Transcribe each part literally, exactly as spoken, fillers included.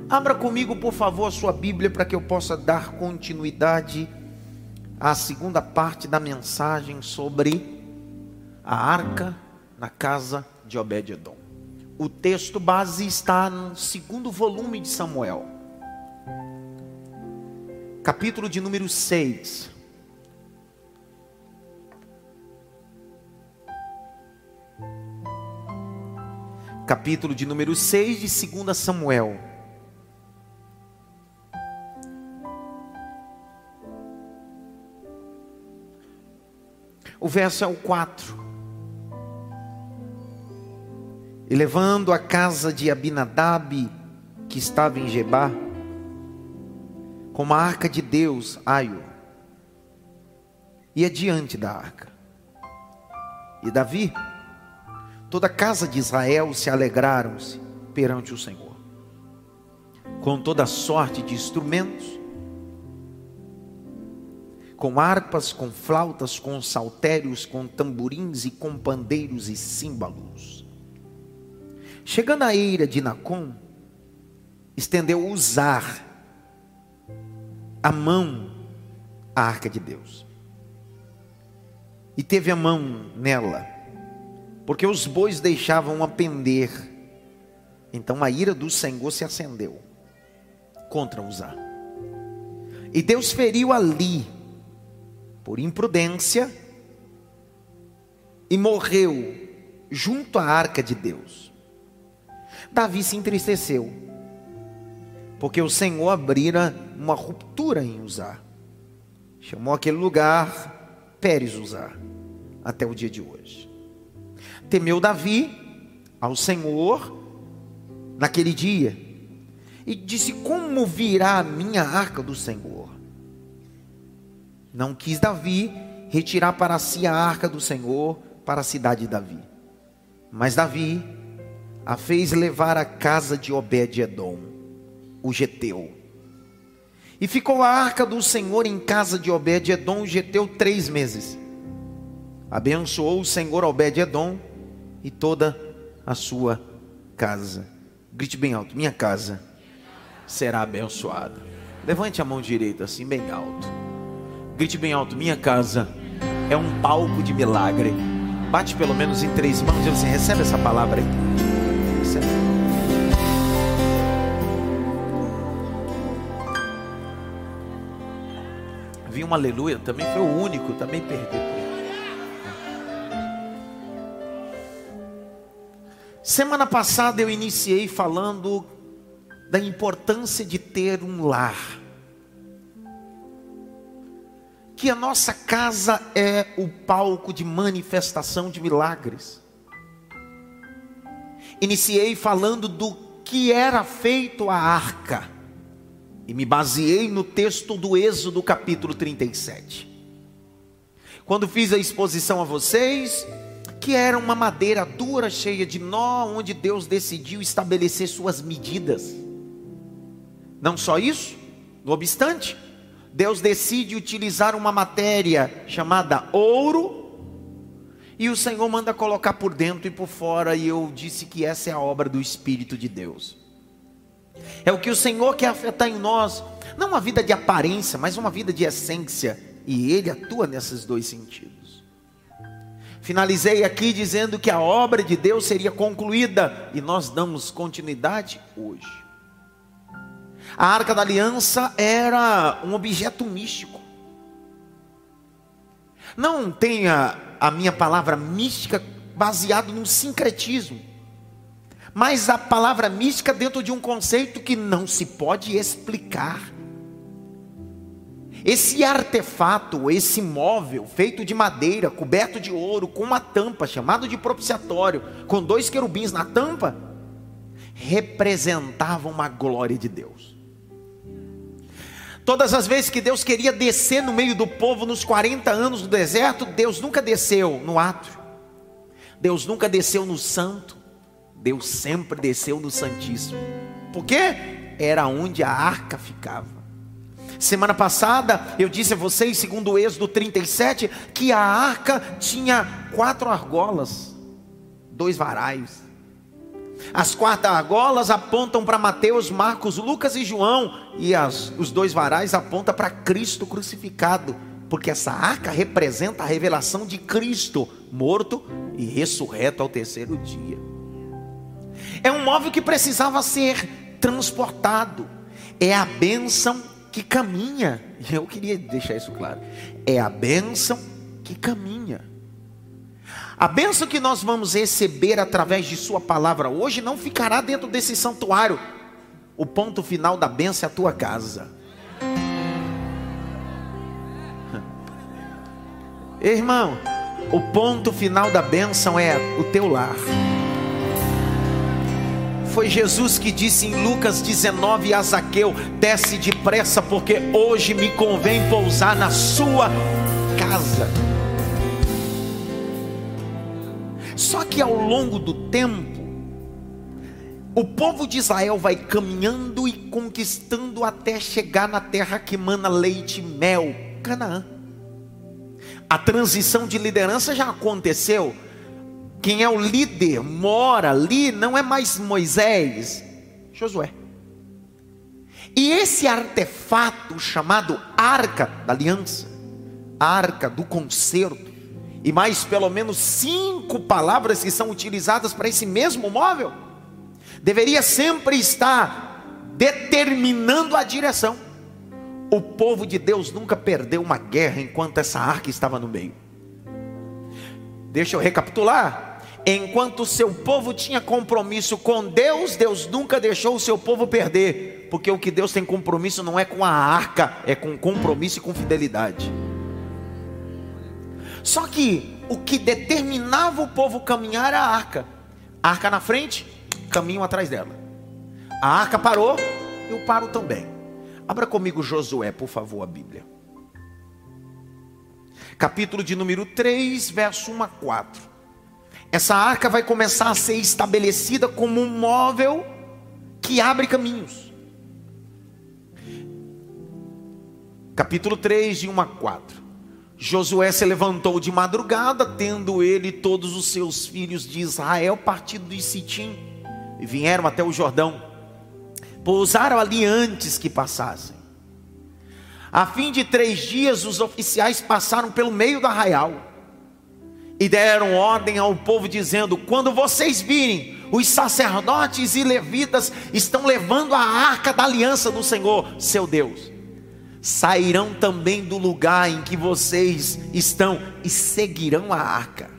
Abra comigo, por favor, a sua Bíblia para que eu possa dar continuidade à segunda parte da mensagem sobre a arca na casa de Obed-edom. O texto base está no segundo volume de Samuel, capítulo de número seis. Capítulo de número seis de segunda Samuel. O verso é o quatro. E levando a casa de Abinadab, que estava em Gebá, com a arca de Deus, Aio, ia diante da arca. E Davi, toda a casa de Israel se alegraram-se perante o Senhor, com toda sorte de instrumentos, com harpas, com flautas, com saltérios, com tamborins e com pandeiros e símbolos. Chegando à eira de Nacon, estendeu Uzar a mão à arca de Deus, e teve a mão nela, porque os bois deixavam a pender. Então a ira do Senhor se acendeu contra Uzá, e Deus feriu ali por imprudência, e morreu junto à arca de Deus. Davi se entristeceu, porque o Senhor abrira uma ruptura em Uzá. Chamou aquele lugar Pérez Uzá, até o dia de hoje. Temeu Davi ao Senhor naquele dia, e disse: como virá a minha arca do Senhor? Não quis Davi retirar para si a arca do Senhor para a cidade de Davi, mas Davi a fez levar à casa de Obed-edom, o geteu. E ficou a arca do Senhor em casa de Obed-edom, o geteu, três meses. Abençoou o Senhor Obed-edom e toda a sua casa. Grite bem alto: minha casa será abençoada. Levante a mão direita assim bem alto. Grite bem alto: minha casa é um palco de milagre. Bate pelo menos em três mãos e você recebe essa palavra aí. Recebe. Vi um aleluia, também foi o único, também perdeu. Semana passada eu iniciei falando da importância de ter um lar. Que a nossa casa é o palco de manifestação de milagres. Iniciei falando do que era feito a arca, e me baseei no texto do Êxodo capítulo trinta e sete. Quando fiz a exposição a vocês, que era uma madeira dura, cheia de nó, onde Deus decidiu estabelecer suas medidas. Não só isso, no obstante, Deus decide utilizar uma matéria chamada ouro, e o Senhor manda colocar por dentro e por fora, e eu disse que essa é a obra do Espírito de Deus. É o que o Senhor quer afetar em nós, não uma vida de aparência, mas uma vida de essência, e Ele atua nesses dois sentidos. Finalizei aqui dizendo que a obra de Deus seria concluída, e nós damos continuidade hoje. A Arca da Aliança era um objeto místico. Não tenha a minha palavra mística baseado no sincretismo, mas a palavra mística dentro de um conceito que não se pode explicar. Esse artefato, esse móvel feito de madeira, coberto de ouro, com uma tampa, chamado de propiciatório, com dois querubins na tampa, representava uma glória de Deus. Todas as vezes que Deus queria descer no meio do povo nos quarenta anos do deserto, Deus nunca desceu no átrio, Deus nunca desceu no santo, Deus sempre desceu no santíssimo. Por quê? Era onde a arca ficava. Semana passada eu disse a vocês, segundo o Êxodo trinta e sete, que a arca tinha quatro argolas, dois varais. As quatro argolas apontam para Mateus, Marcos, Lucas e João. E as, os dois varais apontam para Cristo crucificado. Porque essa arca representa a revelação de Cristo, morto e ressurreto ao terceiro dia. É um móvel que precisava ser transportado. É a bênção que caminha. Eu queria deixar isso claro. É a bênção que caminha. A bênção que nós vamos receber através de sua palavra hoje não ficará dentro desse santuário. O ponto final da bênção é a tua casa. Irmão, o ponto final da bênção é o teu lar. Foi Jesus que disse em Lucas dezenove a Zaqueu: desce depressa, porque hoje me convém pousar na sua casa. Só que ao longo do tempo, o povo de Israel vai caminhando e conquistando até chegar na terra que mana leite e mel, Canaã. A transição de liderança já aconteceu. Quem é o líder, mora ali, não é mais Moisés, Josué. E esse artefato chamado Arca da Aliança, Arca do Concerto, e mais pelo menos cinco palavras que são utilizadas para esse mesmo móvel, deveria sempre estar determinando a direção. O povo de Deus nunca perdeu uma guerra enquanto essa arca estava no meio. Deixa eu recapitular. Enquanto o seu povo tinha compromisso com Deus, Deus nunca deixou o seu povo perder. Porque o que Deus tem compromisso não é com a arca, é com compromisso e com fidelidade. Só que o que determinava o povo caminhar era a arca. A arca na frente, caminho atrás dela. A arca parou, eu paro também. Abra comigo Josué, por favor, a Bíblia. Capítulo de número três, verso um a quatro. Essa arca vai começar a ser estabelecida como um móvel que abre caminhos. Capítulo três, de um a quatro. Josué se levantou de madrugada, tendo ele e todos os seus filhos de Israel partido de Sitim, e vieram até o Jordão. Pousaram ali antes que passassem. A fim de três dias os oficiais passaram pelo meio do arraial e deram ordem ao povo dizendo: quando vocês virem, os sacerdotes e levitas estão levando a arca da aliança do Senhor, seu Deus, sairão também do lugar em que vocês estão e seguirão a arca.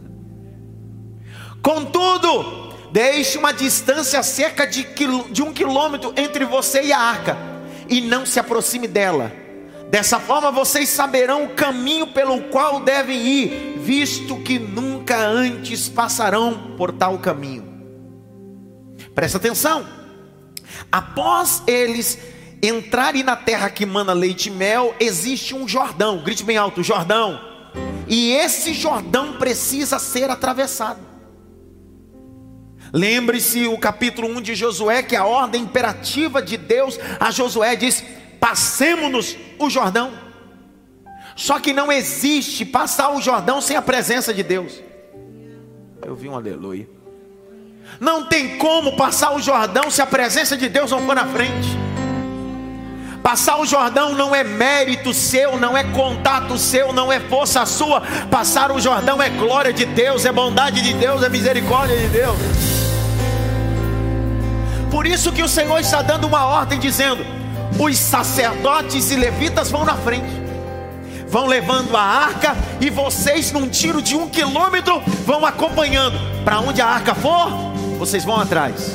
Contudo, deixe uma distância cerca de, de um quilômetro entre você e a arca, e não se aproxime dela. Dessa forma vocês saberão o caminho pelo qual devem ir, visto que nunca antes passarão por tal caminho. Presta atenção. Após eles entrarem na terra que mana leite e mel, existe um Jordão. Grite bem alto: Jordão. E esse Jordão precisa ser atravessado. Lembre-se o capítulo um de Josué, que a ordem imperativa de Deus a Josué diz: passemos-nos o Jordão. Só que não existe passar o Jordão sem a presença de Deus. Eu vi um aleluia. Não tem como passar o Jordão se a presença de Deus não for na frente. Passar o Jordão não é mérito seu, não é contato seu, não é força sua. Passar o Jordão é glória de Deus, é bondade de Deus, é misericórdia de Deus. Por isso que o Senhor está dando uma ordem dizendo: os sacerdotes e levitas vão na frente, vão levando a arca, e vocês num tiro de um quilômetro vão acompanhando. Para onde a arca for, vocês vão atrás.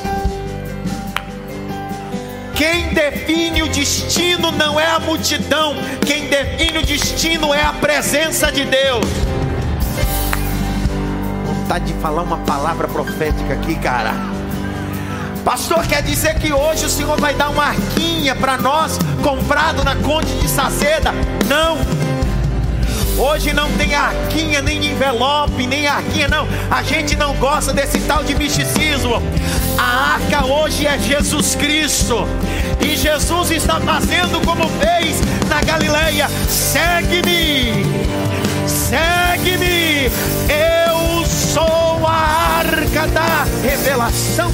Quem define o destino não é a multidão, quem define o destino é a presença de Deus. Vontade de falar uma palavra profética aqui, cara. Pastor, quer dizer que hoje o Senhor vai dar uma arquinha para nós, comprado na Conde de Saceda? Não. Hoje não tem arquinha, nem envelope, nem arquinha, não. A gente não gosta desse tal de misticismo. A arca hoje é Jesus Cristo. E Jesus está fazendo como fez na Galileia: segue-me, segue-me, eu sou a arca da revelação.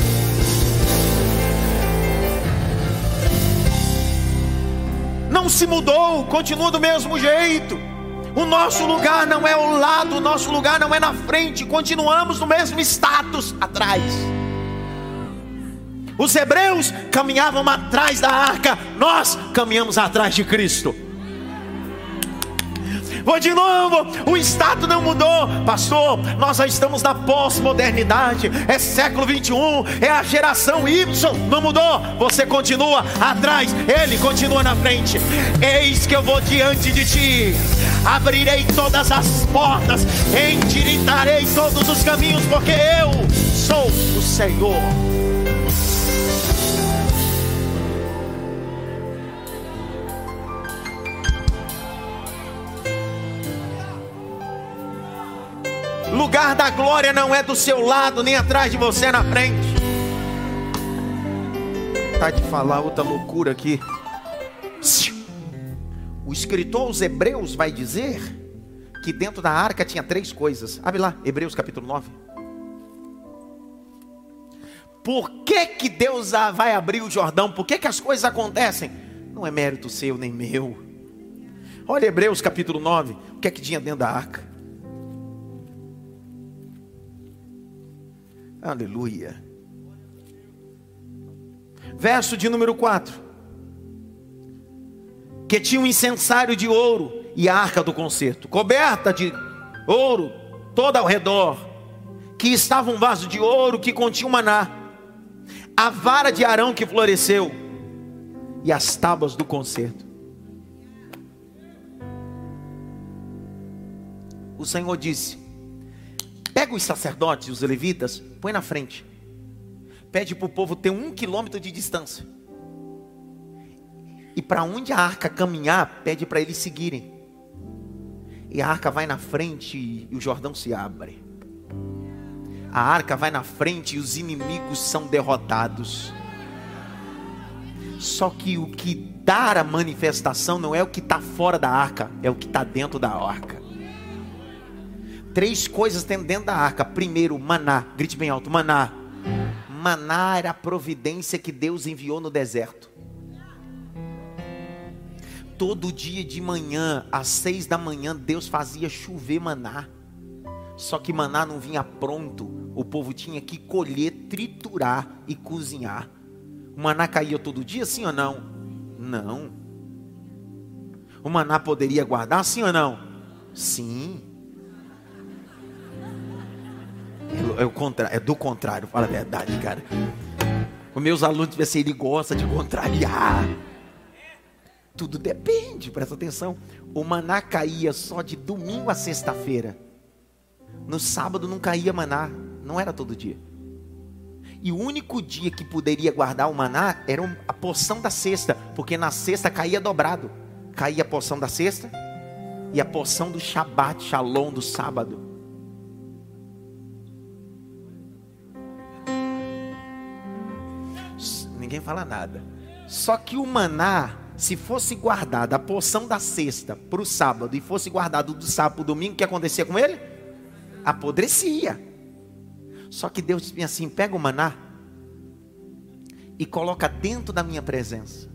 Não se mudou, continua do mesmo jeito. O nosso lugar não é ao lado, o nosso lugar não é na frente, continuamos no mesmo status atrás. Os hebreus caminhavam atrás da arca, nós caminhamos atrás de Cristo. Vou de novo, o status não mudou. Pastor, nós já estamos na pós-modernidade, é século vinte e um, é a geração Y, não mudou. Você continua atrás, Ele continua na frente. Eis que eu vou diante de ti, abrirei todas as portas, endireitarei todos os caminhos, porque eu sou o Senhor. Lugar da glória não é do seu lado, nem atrás de você, na frente. Tá de falar outra loucura aqui. O escritor aos Hebreus vai dizer que dentro da arca tinha três coisas. Abre lá, Hebreus capítulo nove. Por que que Deus vai abrir o Jordão? Por que que as coisas acontecem? Não é mérito seu nem meu. Olha Hebreus capítulo nove. O que é que tinha dentro da arca? Aleluia. Verso de número quatro. Que tinha um incensário de ouro e a arca do concerto, coberta de ouro toda ao redor. Que estava um vaso de ouro que continha um maná, a vara de Arão que floresceu e as tábuas do concerto. O Senhor disse: pega os sacerdotes e os levitas, põe na frente. Pede para o povo ter um quilômetro de distância. E para onde a arca caminhar, pede para eles seguirem. E a arca vai na frente e o Jordão se abre. A arca vai na frente e os inimigos são derrotados. Só que o que dá a manifestação não é o que está fora da arca, é o que está dentro da arca. Três coisas tem dentro da arca. Primeiro, maná. Grite bem alto, maná. Maná era a providência que Deus enviou no deserto. Todo dia de manhã, às seis da manhã, Deus fazia chover maná. Só que maná não vinha pronto. O povo tinha que colher, triturar e cozinhar. O maná caía todo dia, sim ou não? Não. O maná poderia guardar, sim ou não? Sim. É, o contra... é do contrário, fala a verdade, cara. Os meus alunos devem ser, ele gosta de contrariar. Tudo depende, presta atenção. O maná caía só de domingo a sexta-feira. No sábado não caía maná, não era todo dia. E o único dia que poderia guardar o maná era a porção da sexta, porque na sexta caía dobrado. Caía a porção da sexta e a porção do Shabat, Shalom, do sábado. Ninguém fala nada. Só que o maná, se fosse guardado a porção da sexta para o sábado e fosse guardado do sábado para o domingo, o que acontecia com ele? Apodrecia. Só que Deus disse assim: pega o maná e coloca dentro da minha presença.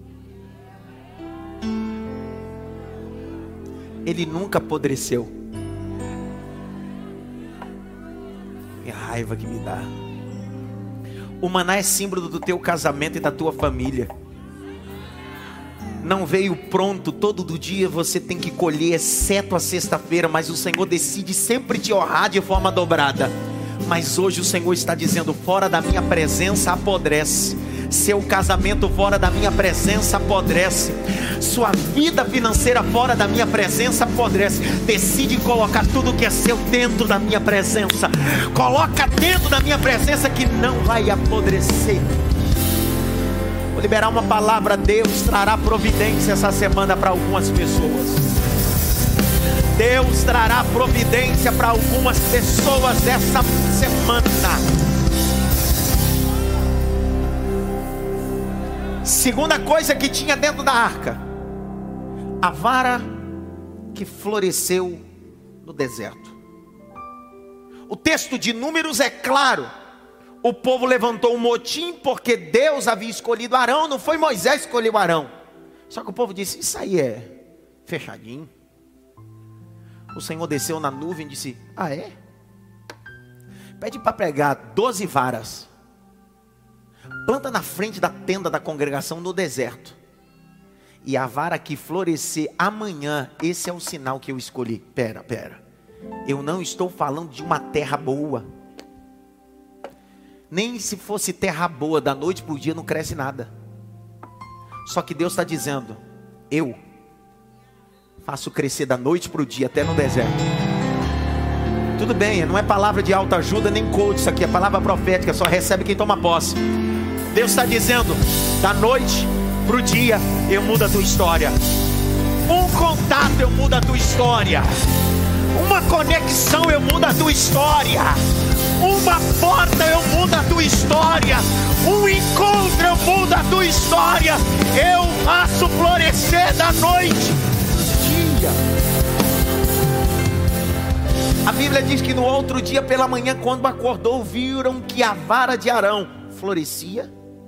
Ele nunca apodreceu. Que raiva que me dá. O maná é símbolo do teu casamento e da tua família. Não veio pronto, todo do dia você tem que colher, exceto a sexta-feira. Mas o Senhor decide sempre te honrar de forma dobrada. Mas hoje o Senhor está dizendo: fora da minha presença apodrece. Seu casamento fora da minha presença apodrece. Sua vida financeira fora da minha presença apodrece. Decide colocar tudo que é seu dentro da minha presença. Coloca dentro da minha presença que não vai apodrecer. Vou liberar uma palavra. Deus trará providência essa semana para algumas pessoas. Deus trará providência para algumas pessoas essa semana. Segunda coisa que tinha dentro da arca: a vara que floresceu no deserto. O texto de Números é claro. O povo levantou um motim porque Deus havia escolhido Arão, não foi Moisés que escolheu Arão. Só que o povo disse, isso aí é fechadinho. O Senhor desceu na nuvem e disse, ah é? Pede para pregar doze varas. Planta na frente da tenda da congregação no deserto. E a vara que florescer amanhã, esse é o sinal que eu escolhi. Pera, pera. Eu não estou falando de uma terra boa. Nem se fosse terra boa, da noite para o dia não cresce nada. Só que Deus está dizendo, eu faço crescer da noite para o dia, até no deserto. Tudo bem, não é palavra de autoajuda nem coach, isso aqui é palavra profética, só recebe quem toma posse. Deus está dizendo, da noite para o dia, eu mudo a tua história. Um contato eu mudo a tua história. Uma conexão eu mudo a tua história. Uma porta eu mudo a tua história. Um encontro eu mudo a tua história. Eu faço florescer da noite dia. A Bíblia diz que no outro dia pela manhã, quando acordou, viram que a vara de Arão florescia,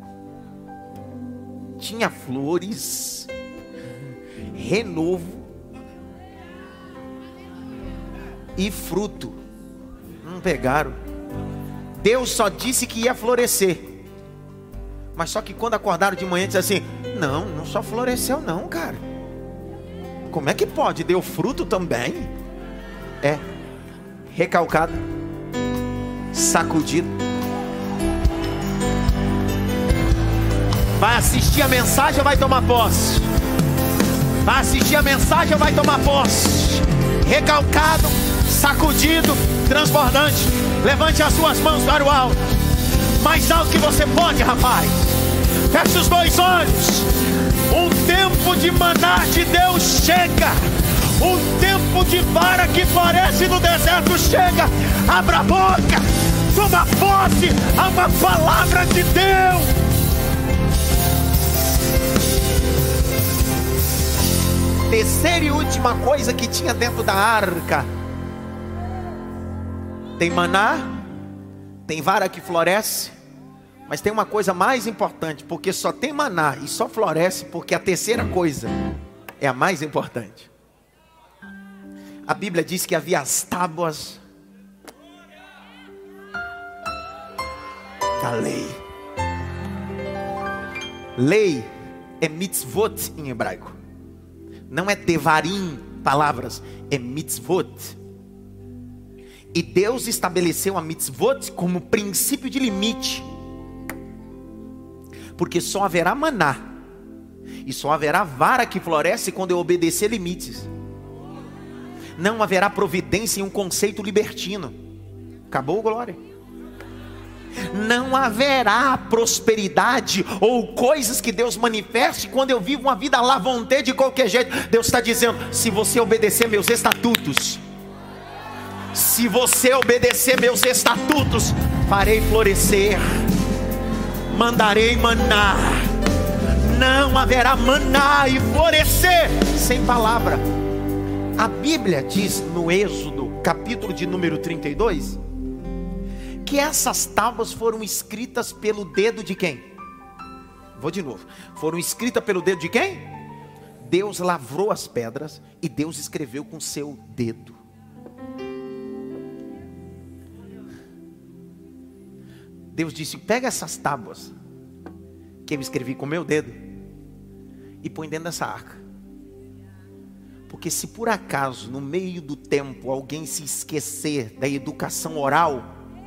tinha flores, renovo e fruto. Não pegaram. Deus só disse que ia florescer, mas só que quando acordaram de manhã disse assim, não, não só floresceu não, cara. Como é que pode? Deu fruto também? É, recalcado, sacudido. Vai assistir a mensagem ou vai tomar posse? Vai assistir a mensagem ou vai tomar posse? Recalcado, sacudido, transbordante. Levante as suas mãos para o alto. Mais alto que você pode, rapaz. Feche os dois olhos. Um tempo de maná de Deus chega. Um tempo de vara que floresce no deserto chega. Abra a boca. Toma posse a uma palavra de Deus. Terceira e última coisa que tinha dentro da arca. Tem maná, tem vara que floresce, mas tem uma coisa mais importante, porque só tem maná e só floresce porque a terceira coisa é a mais importante. A Bíblia diz que havia as tábuas da lei. Lei é mitzvot em hebraico. Não é devarim, palavras, é mitzvot. E Deus estabeleceu a mitzvot como princípio de limite. Porque só haverá maná. E só haverá vara que floresce quando eu obedecer limites. Não haverá providência em um conceito libertino. Acabou, glória. Não haverá prosperidade ou coisas que Deus manifeste quando eu vivo uma vida à la vontade de qualquer jeito. Deus está dizendo, se você obedecer meus estatutos, se você obedecer meus estatutos, farei florescer, mandarei maná. Não haverá maná e florescer sem palavra. A Bíblia diz no Êxodo, capítulo de número trinta e dois, que essas tábuas foram escritas pelo dedo de quem? Vou de novo. Foram escritas pelo dedo de quem? Deus lavrou as pedras e Deus escreveu com seu dedo. Deus disse, pega essas tábuas que eu escrevi com meu dedo e põe dentro dessa arca. Porque se por acaso no meio do tempo alguém se esquecer da educação oral,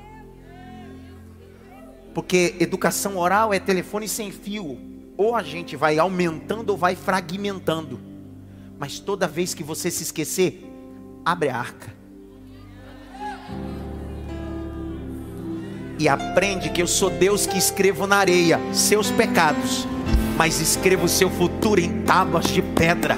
porque educação oral é telefone sem fio, ou a gente vai aumentando ou vai fragmentando, mas toda vez que você se esquecer, abre a arca e aprende que eu sou Deus que escrevo na areia seus pecados, mas escrevo o seu futuro em tábuas de pedra.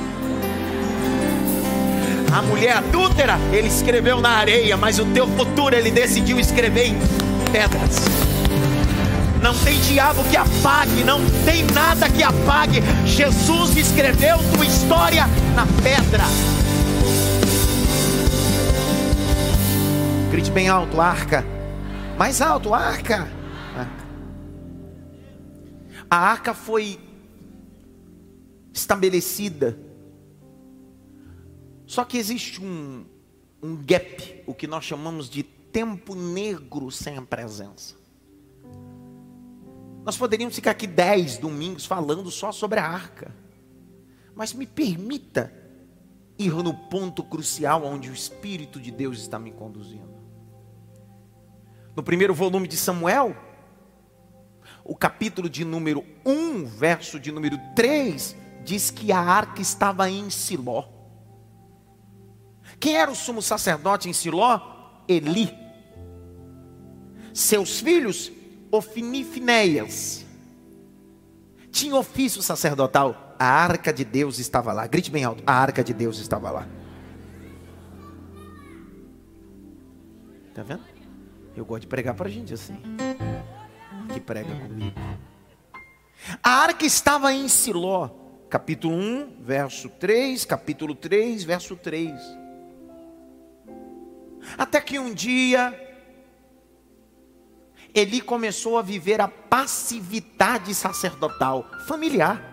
A mulher adúltera, ele escreveu na areia, mas o teu futuro ele decidiu escrever em pedras. Não tem diabo que apague, não tem nada que apague. Jesus escreveu tua história na pedra. Grite bem alto, arca. Mais alto, arca. Arca. A arca foi estabelecida. Só que existe um, um gap, o que nós chamamos de tempo negro sem a presença. Nós poderíamos ficar aqui dez domingos falando só sobre a arca. Mas me permita ir no ponto crucial onde o Espírito de Deus está me conduzindo. No primeiro volume de Samuel, o capítulo de número um, verso de número três, diz que a arca estava em Siló. Quem era o sumo sacerdote em Siló? Eli. Seus filhos, Ofni e Finéias. Tinha ofício sacerdotal. A arca de Deus estava lá. Grite bem alto. A arca de Deus estava lá. Está vendo? Eu gosto de pregar para a gente assim. Que prega comigo. A arca estava em Siló. Capítulo um, verso três. Capítulo três, verso três. Até que um dia Eli começou a viver a passividade sacerdotal, familiar.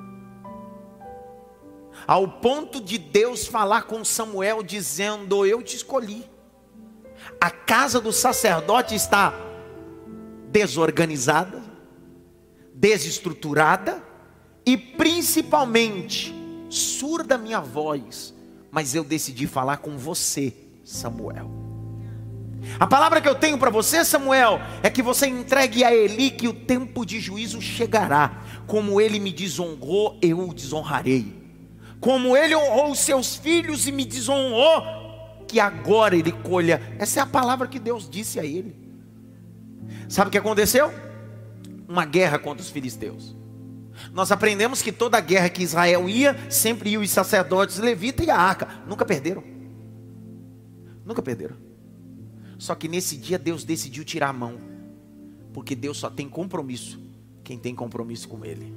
Ao ponto de Deus falar com Samuel dizendo: eu te escolhi. A casa do sacerdote está desorganizada, desestruturada e principalmente surda a minha voz. Mas eu decidi falar com você, Samuel. A palavra que eu tenho para você, Samuel, é que você entregue a Eli que o tempo de juízo chegará. Como ele me desonrou, eu o desonrarei. Como ele honrou os seus filhos e me desonrou, que agora ele colha. Essa é a palavra que Deus disse a ele. Sabe o que aconteceu? Uma guerra contra os filisteus. Nós aprendemos que toda guerra que Israel ia, sempre iam os sacerdotes, levitas e a arca. Nunca perderam. Nunca perderam. Só que nesse dia Deus decidiu tirar a mão. Porque Deus só tem compromisso quem tem compromisso com Ele.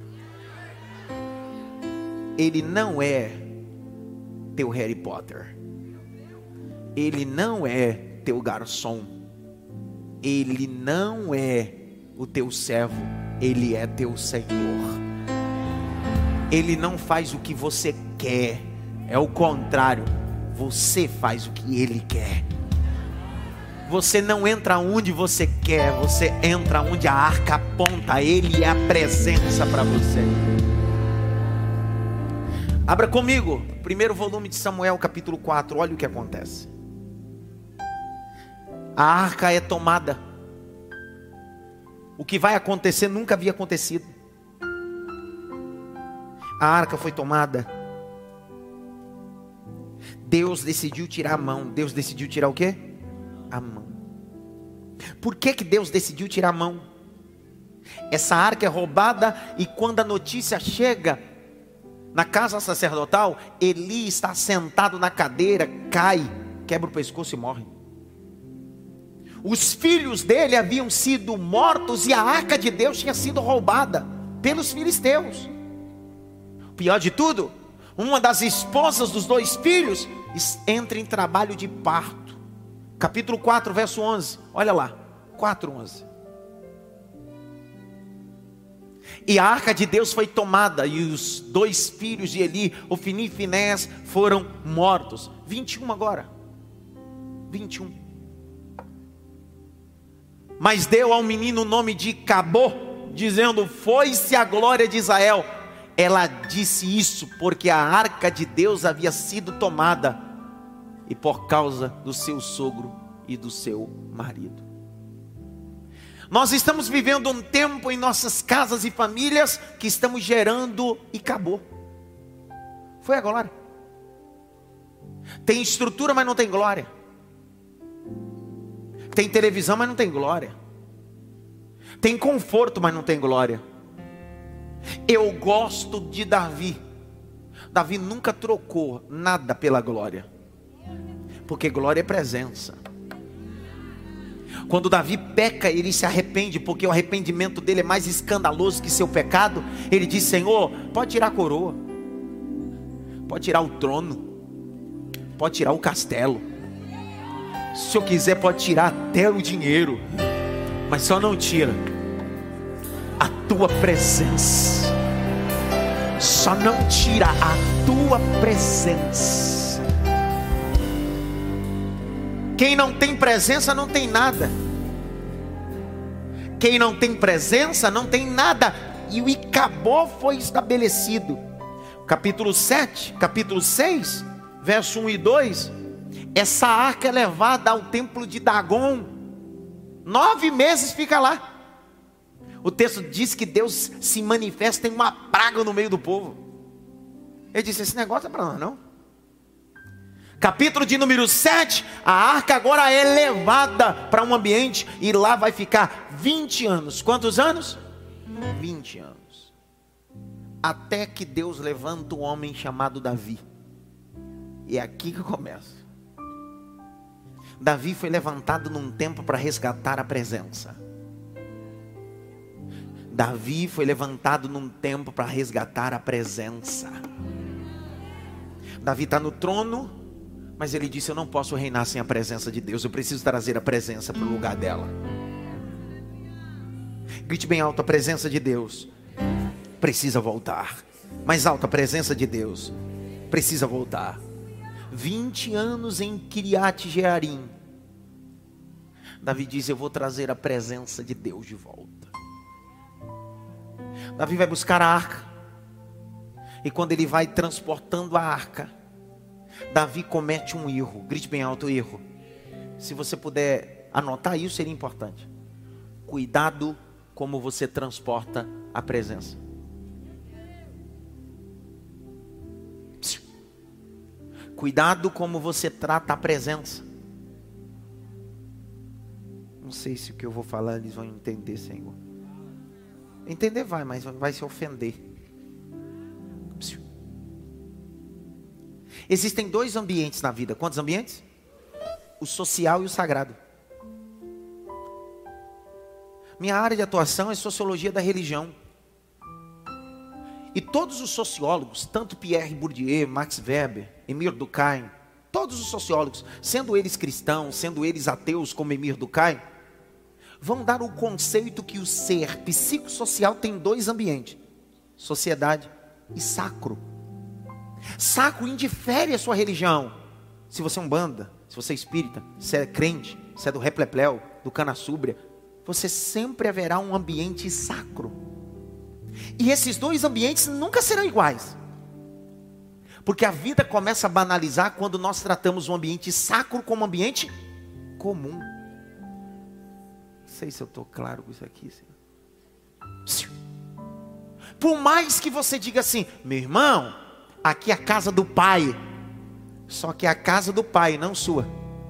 Ele não é teu Harry Potter. Ele não é teu garçom. Ele não é o teu servo. Ele é teu Senhor. Ele não faz o que você quer. É o contrário. Você faz o que Ele quer. Você não entra onde você quer. Você entra onde a arca aponta. Ele é a presença para você. Abra comigo, primeiro volume de Samuel, capítulo quatro. Olha o que acontece. A arca é tomada. O que vai acontecer nunca havia acontecido. A arca foi tomada. Deus decidiu tirar a mão. Deus decidiu tirar o quê? A mão. Por que que Deus decidiu tirar a mão? Essa arca é roubada e quando a notícia chega na casa sacerdotal, Eli está sentado na cadeira, cai, quebra o pescoço e morre. Os filhos dele haviam sido mortos e a arca de Deus tinha sido roubada pelos filisteus. Pior de tudo, uma das esposas dos dois filhos entra em trabalho de parto. Capítulo quatro, verso onze. Olha lá, quatro, onze. E a arca de Deus foi tomada e os dois filhos de Eli, Ofni e Finéias, foram mortos. vinte e um agora. vinte e um. Mas deu ao menino o nome de Cabô, dizendo: foi-se a glória de Israel. Ela disse isso porque a arca de Deus havia sido tomada e por causa do seu sogro e do seu marido. Nós estamos vivendo um tempo em nossas casas e famílias que estamos gerando e acabou. Foi a glória. Tem estrutura, mas não tem glória. Tem televisão, mas não tem glória. Tem conforto, mas não tem glória. Eu gosto de Davi. Davi nunca trocou nada pela glória. Porque glória é presença. Quando Davi peca, ele se arrepende, porque o arrependimento dele é mais escandaloso que seu pecado. Ele diz: Senhor, pode tirar a coroa, pode tirar o trono, pode tirar o castelo, Se o senhor quiser pode tirar até o dinheiro, mas só não tira a tua presença. Só não tira a tua presença. Quem não tem presença não tem nada. Quem não tem presença não tem nada. E o Icabod foi estabelecido. Capítulo sete, capítulo seis, verso um e dois. Essa arca é levada ao templo de Dagon. Nove meses fica lá. O texto diz que Deus se manifesta em uma praga no meio do povo. Ele disse, esse negócio é para nós não. Capítulo de número sete, a arca agora é levada para um ambiente e lá vai ficar vinte anos. Quantos anos? vinte anos. Até que Deus levanta um homem chamado Davi. E é aqui que começa. Davi foi levantado num tempo para resgatar a presença. Davi foi levantado num tempo para resgatar a presença. Davi está no trono, mas ele disse, eu não posso reinar sem a presença de Deus. Eu preciso trazer a presença para o lugar dela. Grite bem alto, a presença de Deus precisa voltar. Mais alto, a presença de Deus precisa voltar. vinte anos em Kiriat Jearim. Davi diz, eu vou trazer a presença de Deus de volta. Davi vai buscar a arca. E quando ele vai transportando a arca, Davi comete um erro. Grite bem alto, erro. Se você puder anotar isso, seria importante. Cuidado como você transporta a presença. Cuidado como você trata a presença. Não sei se o que eu vou falar eles vão entender, Senhor. Entender vai, mas vai se ofender. Existem dois ambientes na vida. Quantos ambientes? O social e o sagrado. Minha área de atuação é sociologia da religião. E todos os sociólogos, tanto Pierre Bourdieu, Max Weber, Emile Durkheim, todos os sociólogos, sendo eles cristãos, sendo eles ateus como Emile Durkheim, vão dar o conceito que o ser psicossocial tem dois ambientes: sociedade e sacro. Sacro indifere a sua religião. Se você é umbanda, se você é espírita, se é crente, se é do replepleu, do cana-súbria, você sempre haverá um ambiente sacro. E esses dois ambientes nunca serão iguais. Porque a vida começa a banalizar quando nós tratamos o ambiente sacro como um ambiente comum. Não sei se eu estou claro com isso aqui, Senhor. Por mais que você diga assim, meu irmão, aqui é a casa do Pai. Só que é a casa do Pai, não sua.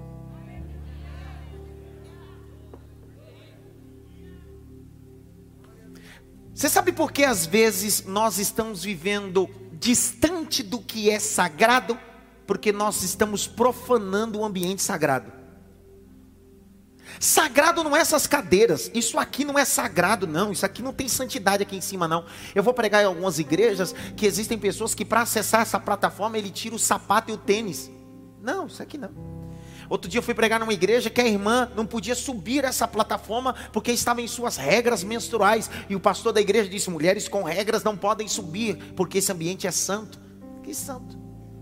Você sabe por que às vezes nós estamos vivendo distante do que é sagrado? Porque nós estamos profanando o ambiente sagrado. Sagrado não é essas cadeiras. Isso aqui não é sagrado não. Isso aqui não tem santidade aqui em cima não. Eu vou pregar em algumas igrejas que existem pessoas que para acessar essa plataforma ele tira o sapato e o tênis. Não, isso aqui não. Outro dia eu fui pregar numa igreja que a irmã não podia subir essa plataforma porque estava em suas regras menstruais. E o pastor da igreja disse, mulheres com regras não podem subir, porque esse ambiente é santo. Que santo?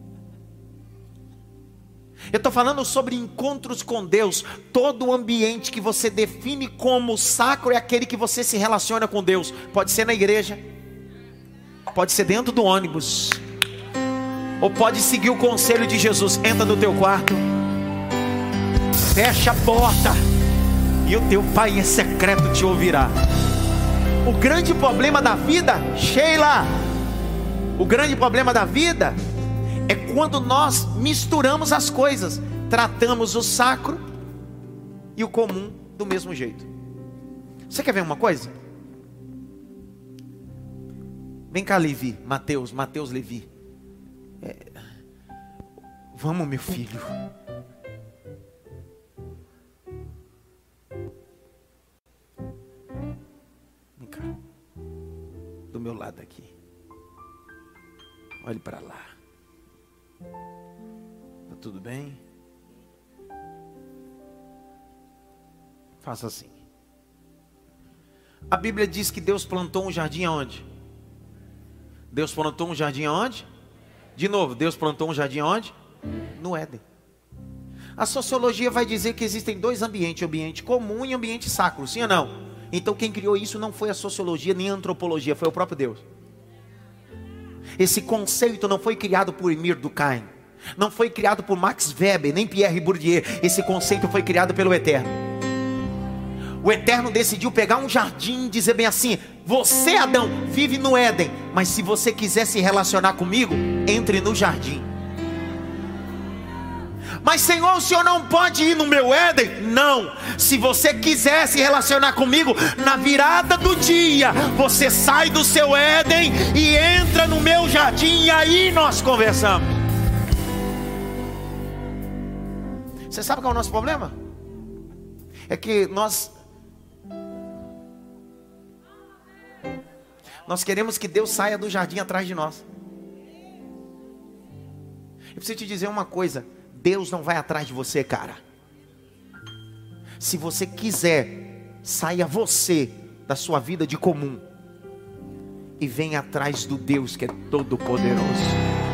Eu estou falando sobre encontros com Deus. Todo o ambiente que você define como sacro é aquele que você se relaciona com Deus. Pode ser na igreja, pode ser dentro do ônibus, ou pode seguir o conselho de Jesus. Entra no teu quarto, fecha a porta, e o teu Pai em secreto te ouvirá. O grande problema da vida, Sheila, o grande problema da vida é quando nós misturamos as coisas. Tratamos o sacro e o comum do mesmo jeito. Você quer ver uma coisa? Vem cá, Levi, Mateus, Mateus, Levi. É... Vamos, meu filho. Vem cá. Do meu lado aqui. Olhe para lá. Tá tudo bem? Faça assim. A Bíblia diz que Deus plantou um jardim aonde? Deus plantou um jardim aonde? De novo, Deus plantou um jardim aonde? No Éden. A sociologia vai dizer que existem dois ambientes, ambiente comum e ambiente sacro, sim ou não? Então quem criou isso não foi a sociologia nem a antropologia, foi o próprio Deus. Esse conceito não foi criado por Emile Durkheim, não foi criado por Max Weber, nem Pierre Bourdieu. Esse conceito foi criado pelo Eterno. O Eterno decidiu pegar um jardim e dizer bem assim: você, Adão, vive no Éden, mas se você quiser se relacionar comigo, entre no jardim. Mas Senhor, o Senhor não pode ir no meu Éden? Não. Se você quiser se relacionar comigo, na virada do dia, você sai do seu Éden e entra no meu jardim, e aí nós conversamos. Você sabe qual é o nosso problema? É que nós Nós queremos que Deus saia do jardim atrás de nós. Eu preciso te dizer uma coisa: Deus não vai atrás de você, cara. Se você quiser, saia você da sua vida de comum e venha atrás do Deus que é todo poderoso.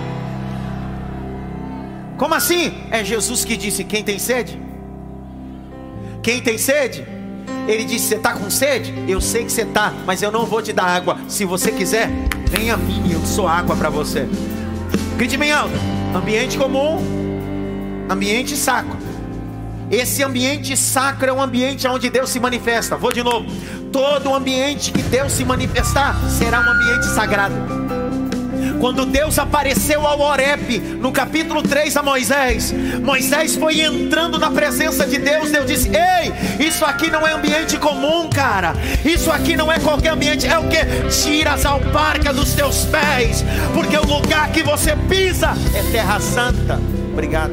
Como assim? É Jesus que disse: quem tem sede? Quem tem sede? Ele disse: você está com sede? Eu sei que você está, mas eu não vou te dar água. Se você quiser, venha a mim, eu sou água para você. Grite bem alto: ambiente comum, ambiente sacro. Esse ambiente sacro é um ambiente onde Deus se manifesta. Vou de novo: todo ambiente que Deus se manifestar será um ambiente sagrado. Quando Deus apareceu ao Horebe, no capítulo três a Moisés, Moisés foi entrando na presença de Deus. Deus disse: ei, isso aqui não é ambiente comum, cara. Isso aqui não é qualquer ambiente. É o que? Tira as alparcas dos teus pés, porque o lugar que você pisa é terra santa. Obrigado.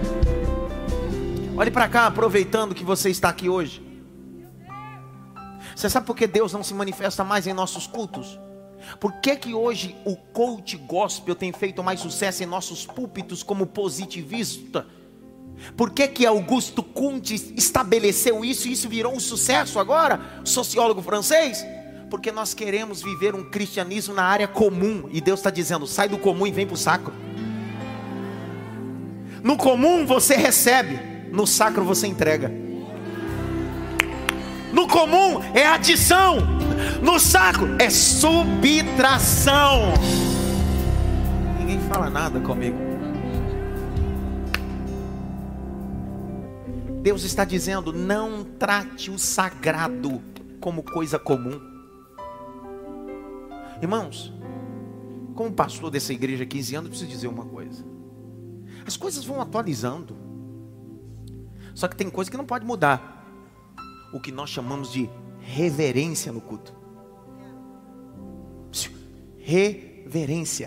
Olhe para cá, aproveitando que você está aqui hoje. Você sabe por que Deus não se manifesta mais em nossos cultos? Por que que hoje o coach gospel tem feito mais sucesso em nossos púlpitos como positivista? Por que que Augusto Comte estabeleceu isso e isso virou um sucesso agora? Sociólogo francês? Porque nós queremos viver um cristianismo na área comum. E Deus está dizendo: sai do comum e vem para o sacro. No comum você recebe, no sacro você entrega. No comum é adição, no sacro é subtração. Ninguém fala nada comigo. Deus está dizendo: não trate o sagrado como coisa comum. Irmãos, como pastor dessa igreja há quinze anos, eu preciso dizer uma coisa: as coisas vão atualizando, só que tem coisa que não pode mudar. O que nós chamamos de reverência no culto. Reverência.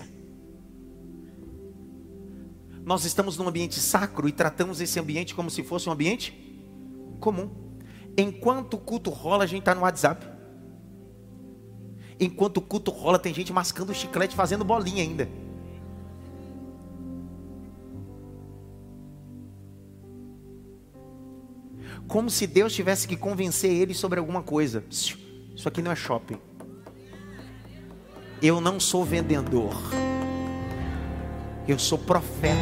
Nós estamos num ambiente sacro e tratamos esse ambiente como se fosse um ambiente comum. Enquanto o culto rola, a gente está no WhatsApp. Enquanto o culto rola, tem gente mascando chiclete, fazendo bolinha ainda. Como se Deus tivesse que convencer ele sobre alguma coisa. Isso aqui não é shopping. Eu não sou vendedor. Eu sou profeta.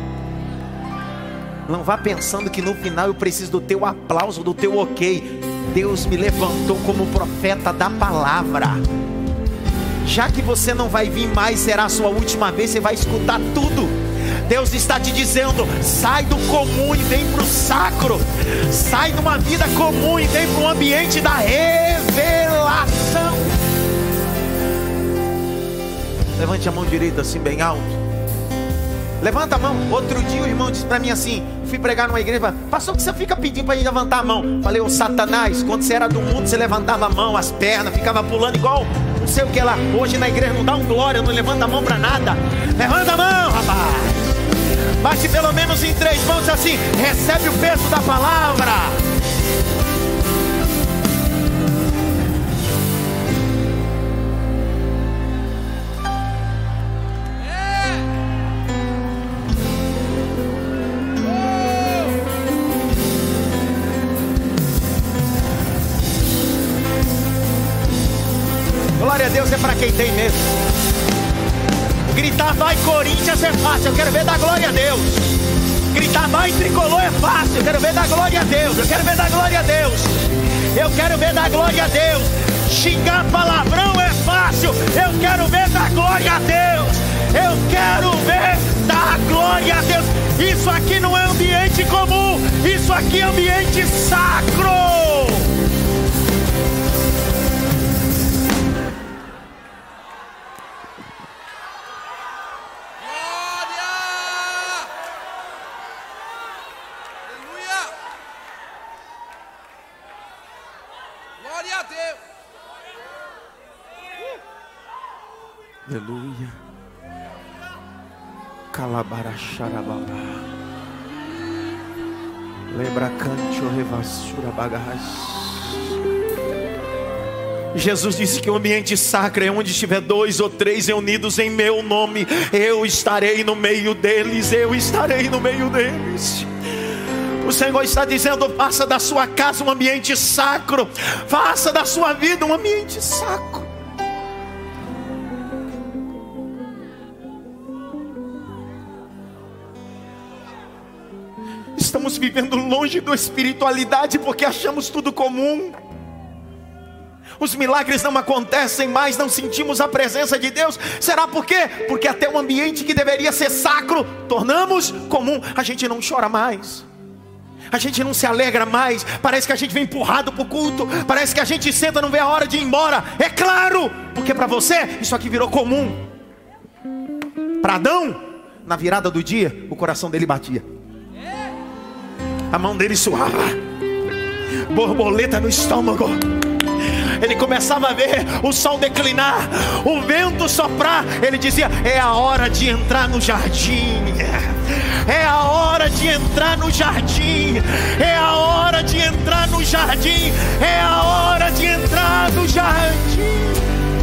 Não vá pensando que no final eu preciso do teu aplauso, do teu ok. Deus me levantou como profeta da palavra. Já que você não vai vir mais, será a sua última vez, você vai escutar tudo. Deus está te dizendo: sai do comum e vem para o sacro. Sai de uma vida comum e vem para um ambiente da revelação. Levante a mão direita assim bem alto. Levanta a mão. Outro dia o irmão disse para mim assim: fui pregar numa igreja. Pastor, que você fica pedindo para ele levantar a mão? Falei: ô Satanás, quando você era do mundo, você levantava a mão, as pernas, ficava pulando igual não sei o que lá. Hoje na igreja não dá um glória, não levanta a mão para nada. Levanta a mão, rapaz. Bate pelo menos em três mãos assim: recebe o peso da palavra. quem tem mesmo. Gritar vai Corinthians é fácil, eu quero ver dar glória a Deus. Gritar vai Tricolor é fácil, eu quero ver dar glória a Deus. Eu quero ver dar glória a Deus. Eu quero ver dar glória a Deus. Xingar palavrão é fácil, eu quero ver dar glória a Deus. Eu quero ver dar glória a Deus. Isso aqui não é ambiente comum, isso aqui é ambiente sacro. Glória a Deus. Aleluia. Calabaracharababa. Lembra canto revassura bagás. Jesus disse que o ambiente sacro é onde estiver dois ou três reunidos em meu nome, eu estarei no meio deles, eu estarei no meio deles. O Senhor está dizendo: faça da sua casa um ambiente sacro, faça da sua vida um ambiente sacro. Estamos vivendo longe da espiritualidade porque achamos tudo comum. Os milagres não acontecem mais, não sentimos a presença de Deus. Será por quê? Porque até um ambiente que deveria ser sacro, tornamos comum. A gente não chora mais, a gente não se alegra mais. Parece que a gente vem empurrado para o culto, parece que a gente senta, não vê a hora de ir embora. É claro, porque para você isso aqui virou comum. Para Adão, na virada do dia, o coração dele batia, a mão dele suava, borboleta no estômago. Ele começava a ver o sol declinar, o vento soprar. Ele dizia: é a hora de entrar no jardim. É a hora de entrar no jardim. É a hora de entrar no jardim. É a hora de entrar no jardim.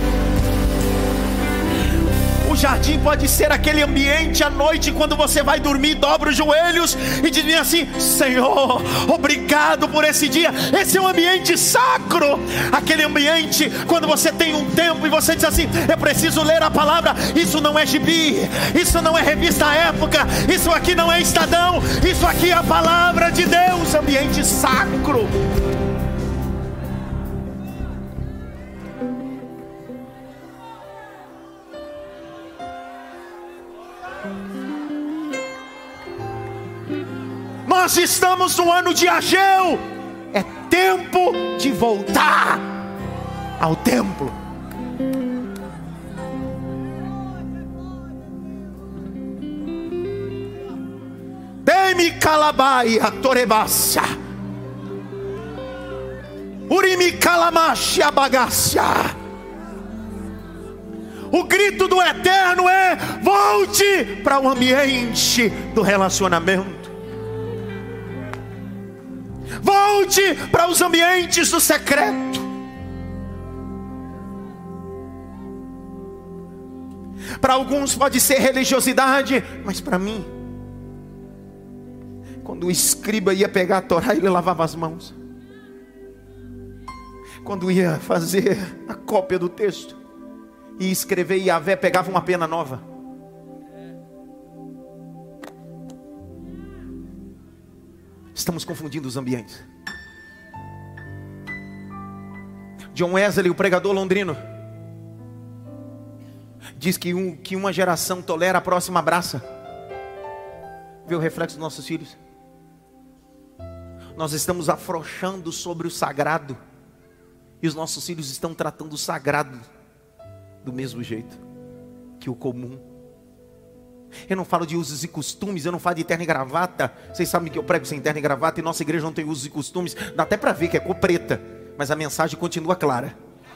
O jardim pode ser aquele ambiente à noite, quando você vai dormir, dobra os joelhos e diz assim: Senhor, obrigado por esse dia. Esse é um ambiente sacro. Aquele ambiente quando você tem um tempo e você diz assim: eu preciso ler a palavra. Isso não é gibi, isso não é revista Época, isso aqui não é Estadão, isso aqui é a palavra de Deus. Ambiente sacro. Nós estamos no ano de Ageu. É tempo de voltar ao templo. Demi calabaia torebácia, urimi calamacha bagácia. O grito do eterno é: volte para o ambiente do relacionamento. Volte para os ambientes do secreto. Para alguns pode ser religiosidade, mas para mim, quando o escriba ia pegar a Torá, ele lavava as mãos. Quando ia fazer a cópia do texto e escrever Yahvé, pegava uma pena nova. Estamos confundindo os ambientes. John Wesley, o pregador londrino, diz que, um, que uma geração tolera, a próxima abraça. Vê o reflexo dos nossos filhos. Nós estamos afrouxando sobre o sagrado, e os nossos filhos estão tratando o sagrado do mesmo jeito que o comum. Eu não falo de usos e costumes, eu não falo de terno e gravata. Vocês sabem que eu prego sem terno e gravata, e nossa igreja não tem usos e costumes. Dá até para ver que é cor preta, mas a mensagem continua clara.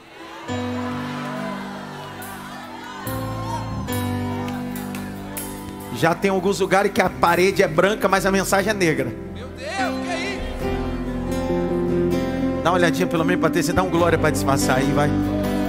Já tem alguns lugares que a parede é branca, mas a mensagem é negra. Meu Deus, que é isso? Dá uma olhadinha pelo menos para ter, você dá um glória para disfarçar aí, vai.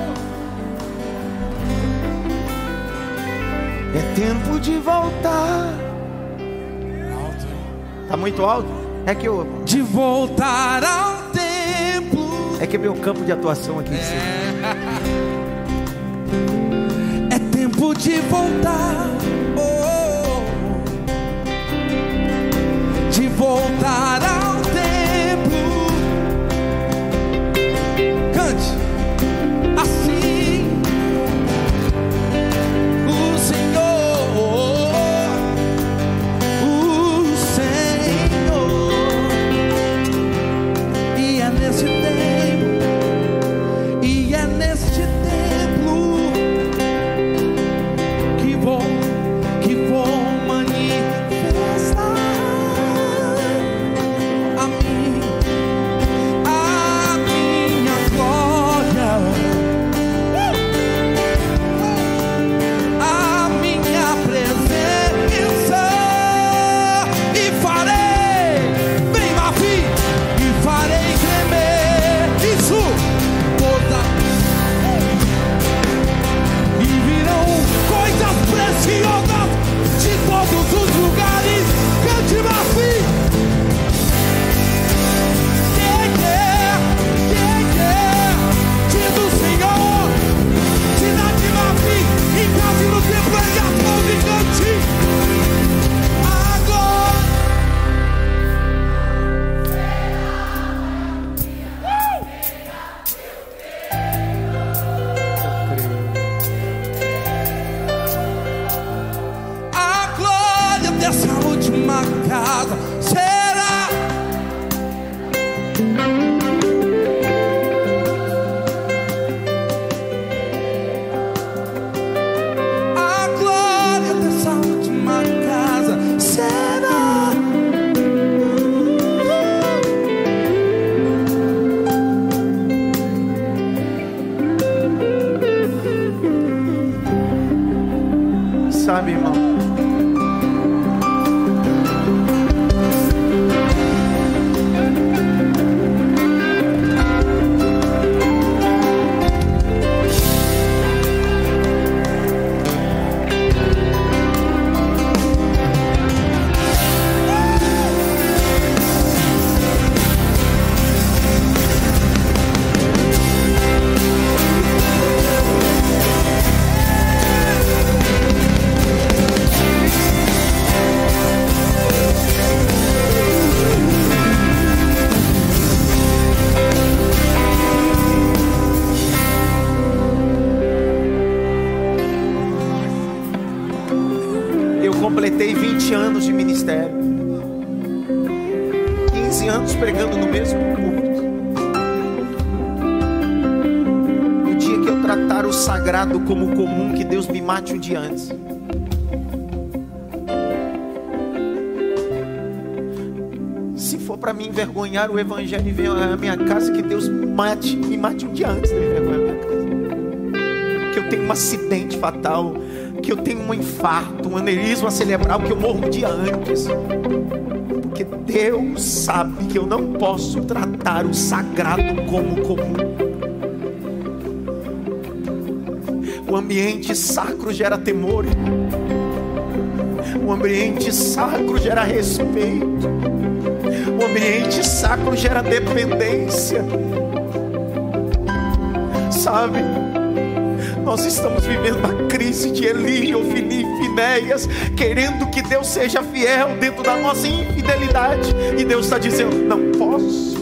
É tempo de voltar. Alto. Tá muito alto? É que eu... De voltar ao templo. É que é meu campo de atuação aqui em cima. É. de voltar, oh, de voltar ao templo. Cante assim: o Senhor, o Senhor, e é nesse tempo, e é neste templo que vou, que vou manifestar a mim, a minha glória, a minha presença, e farei, vem Mavi, e farei tremer isso toda, e virão coisas preciosas de todos os lugares. Cante Mavi. Que quer, que quer, diz o Senhor, cidade Mavi, e cante no templo, ergue as mãos e cante agora. A glória dessa última casa será a glória dessa última casa será Sabe, irmão, eu completei vinte anos de ministério, quinze anos pregando no mesmo culto. No dia que eu tratar o sagrado como comum, que Deus me mate um dia antes. Se for para me envergonhar o evangelho e vir à minha casa, que Deus mate, me mate um dia antes de me envergonhar a minha casa. Que eu tenho um acidente fatal, que eu tenho um infarto, um aneurisma cerebral, que eu morro um dia antes. Porque Deus sabe que eu não posso tratar o sagrado como comum. O ambiente sacro gera temor, o ambiente sacro gera respeito, o ambiente sacro gera dependência. Sabe, nós estamos vivendo a crise de Eli, Ofni e Finéias, querendo que Deus seja fiel dentro da nossa infidelidade, e Deus está dizendo: não posso.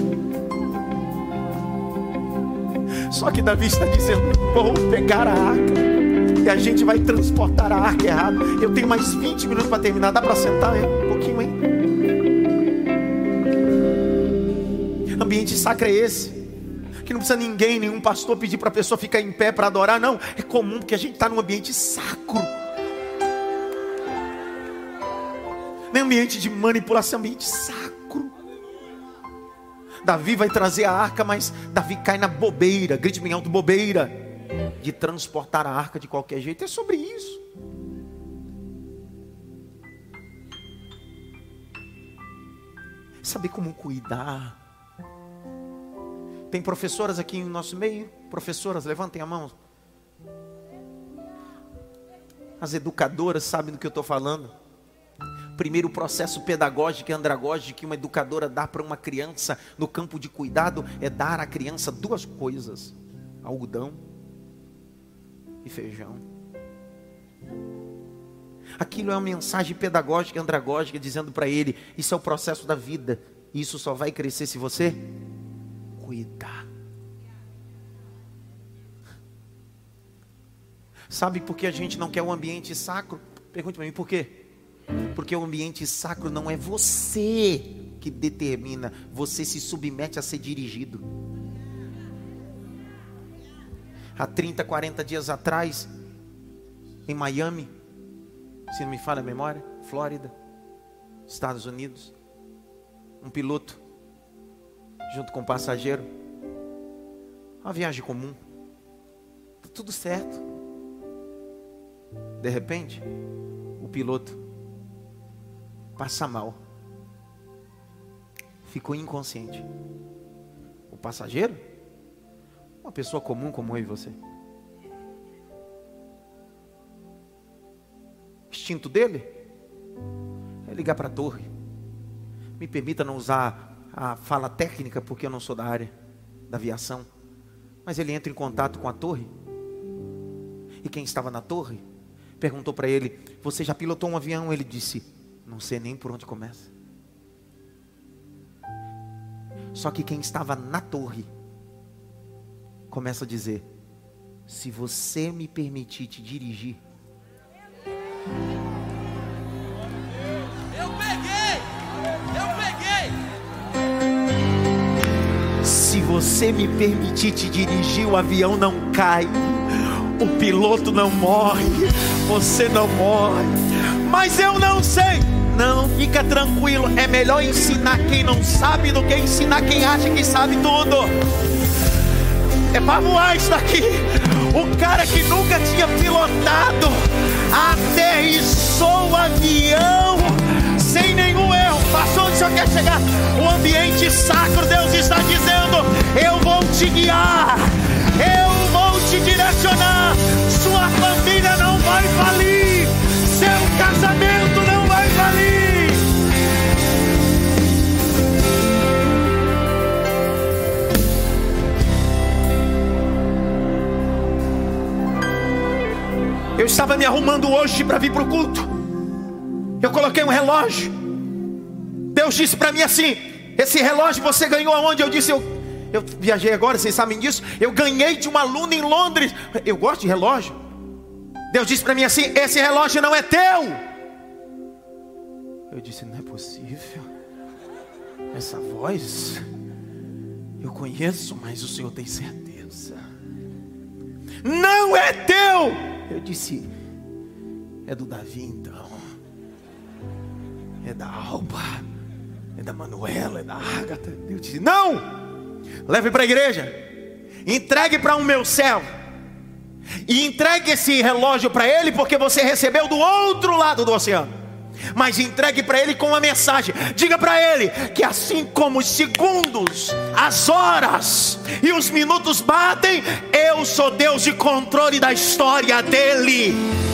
Só que Davi está dizendo: vou pegar a arca e a gente vai transportar a arca errada. Eu tenho mais vinte minutos para terminar. Dá para sentar, hein? Um pouquinho, hein? Ambiente sacro é esse, que não precisa ninguém, nenhum pastor pedir para a pessoa ficar em pé para adorar. Não, é comum, porque a gente está num ambiente sacro. Não é ambiente de manipulação, é ambiente sacro. Davi vai trazer a arca, mas Davi cai na bobeira, grite bem alto, bobeira, de transportar a arca de qualquer jeito. É sobre isso. Saber como cuidar. Tem professoras aqui no nosso meio? Professoras, levantem a mão. As educadoras sabem do que eu estou falando. Primeiro processo pedagógico e andragógico que uma educadora dá para uma criança no campo de cuidado é dar à criança duas coisas: algodão e feijão. Aquilo é uma mensagem pedagógica, andragógica, dizendo para ele: isso é o processo da vida. E isso só vai crescer se você cuidar. Sabe por que a gente não quer um ambiente sacro? Pergunte para mim, por quê? Porque o ambiente sacro não é você que determina, você se submete a ser dirigido. Há trinta, quarenta dias atrás, em Miami, se não me falha a memória, Flórida, Estados Unidos, um piloto, junto com um passageiro, uma viagem comum, tá tudo certo. De repente, o piloto passa mal, ficou inconsciente. O passageiro, uma pessoa comum como eu e você, o instinto dele é ligar para a torre. Me permita não usar a fala técnica, porque eu não sou da área da aviação, mas ele entra em contato com a torre, e quem estava na torre perguntou para ele: você já pilotou um avião? Ele disse: não sei nem por onde começa. Só que quem estava na torre começa a dizer: se você me permitir te dirigir. Eu peguei! Eu peguei! Se você me permitir te dirigir, o avião não cai, o piloto não morre, você não morre. Mas eu não sei. Não, fica tranquilo. É melhor ensinar quem não sabe do que ensinar quem acha que sabe tudo. É para voar isso daqui. O cara que nunca tinha pilotado aterrissou o avião sem nenhum erro. Passou onde o senhor quer chegar. O ambiente sacro, Deus está dizendo: eu vou te guiar, eu vou te direcionar. Sua família não vai falir, seu casamento não vai falir. Eu estava me arrumando hoje para vir para o culto. Eu coloquei um relógio. Deus disse para mim assim: esse relógio você ganhou aonde? Eu disse: eu, eu viajei agora, vocês sabem disso. Eu ganhei de uma aluna em Londres. Eu gosto de relógio. Deus disse para mim assim: esse relógio não é teu. Eu disse: não é possível. Essa voz eu conheço, mas o Senhor tem certeza? Não é teu. Eu disse: é do Davi então. É da Alba, é da Manuela, é da Ágata. Eu disse: não, leve para a igreja, entregue para um meu servo, e entregue esse relógio para ele, porque você recebeu do outro lado do oceano. Mas entregue para ele com uma mensagem. Diga para ele que assim como os segundos, as horas e os minutos batem, eu sou Deus de controle da história dele.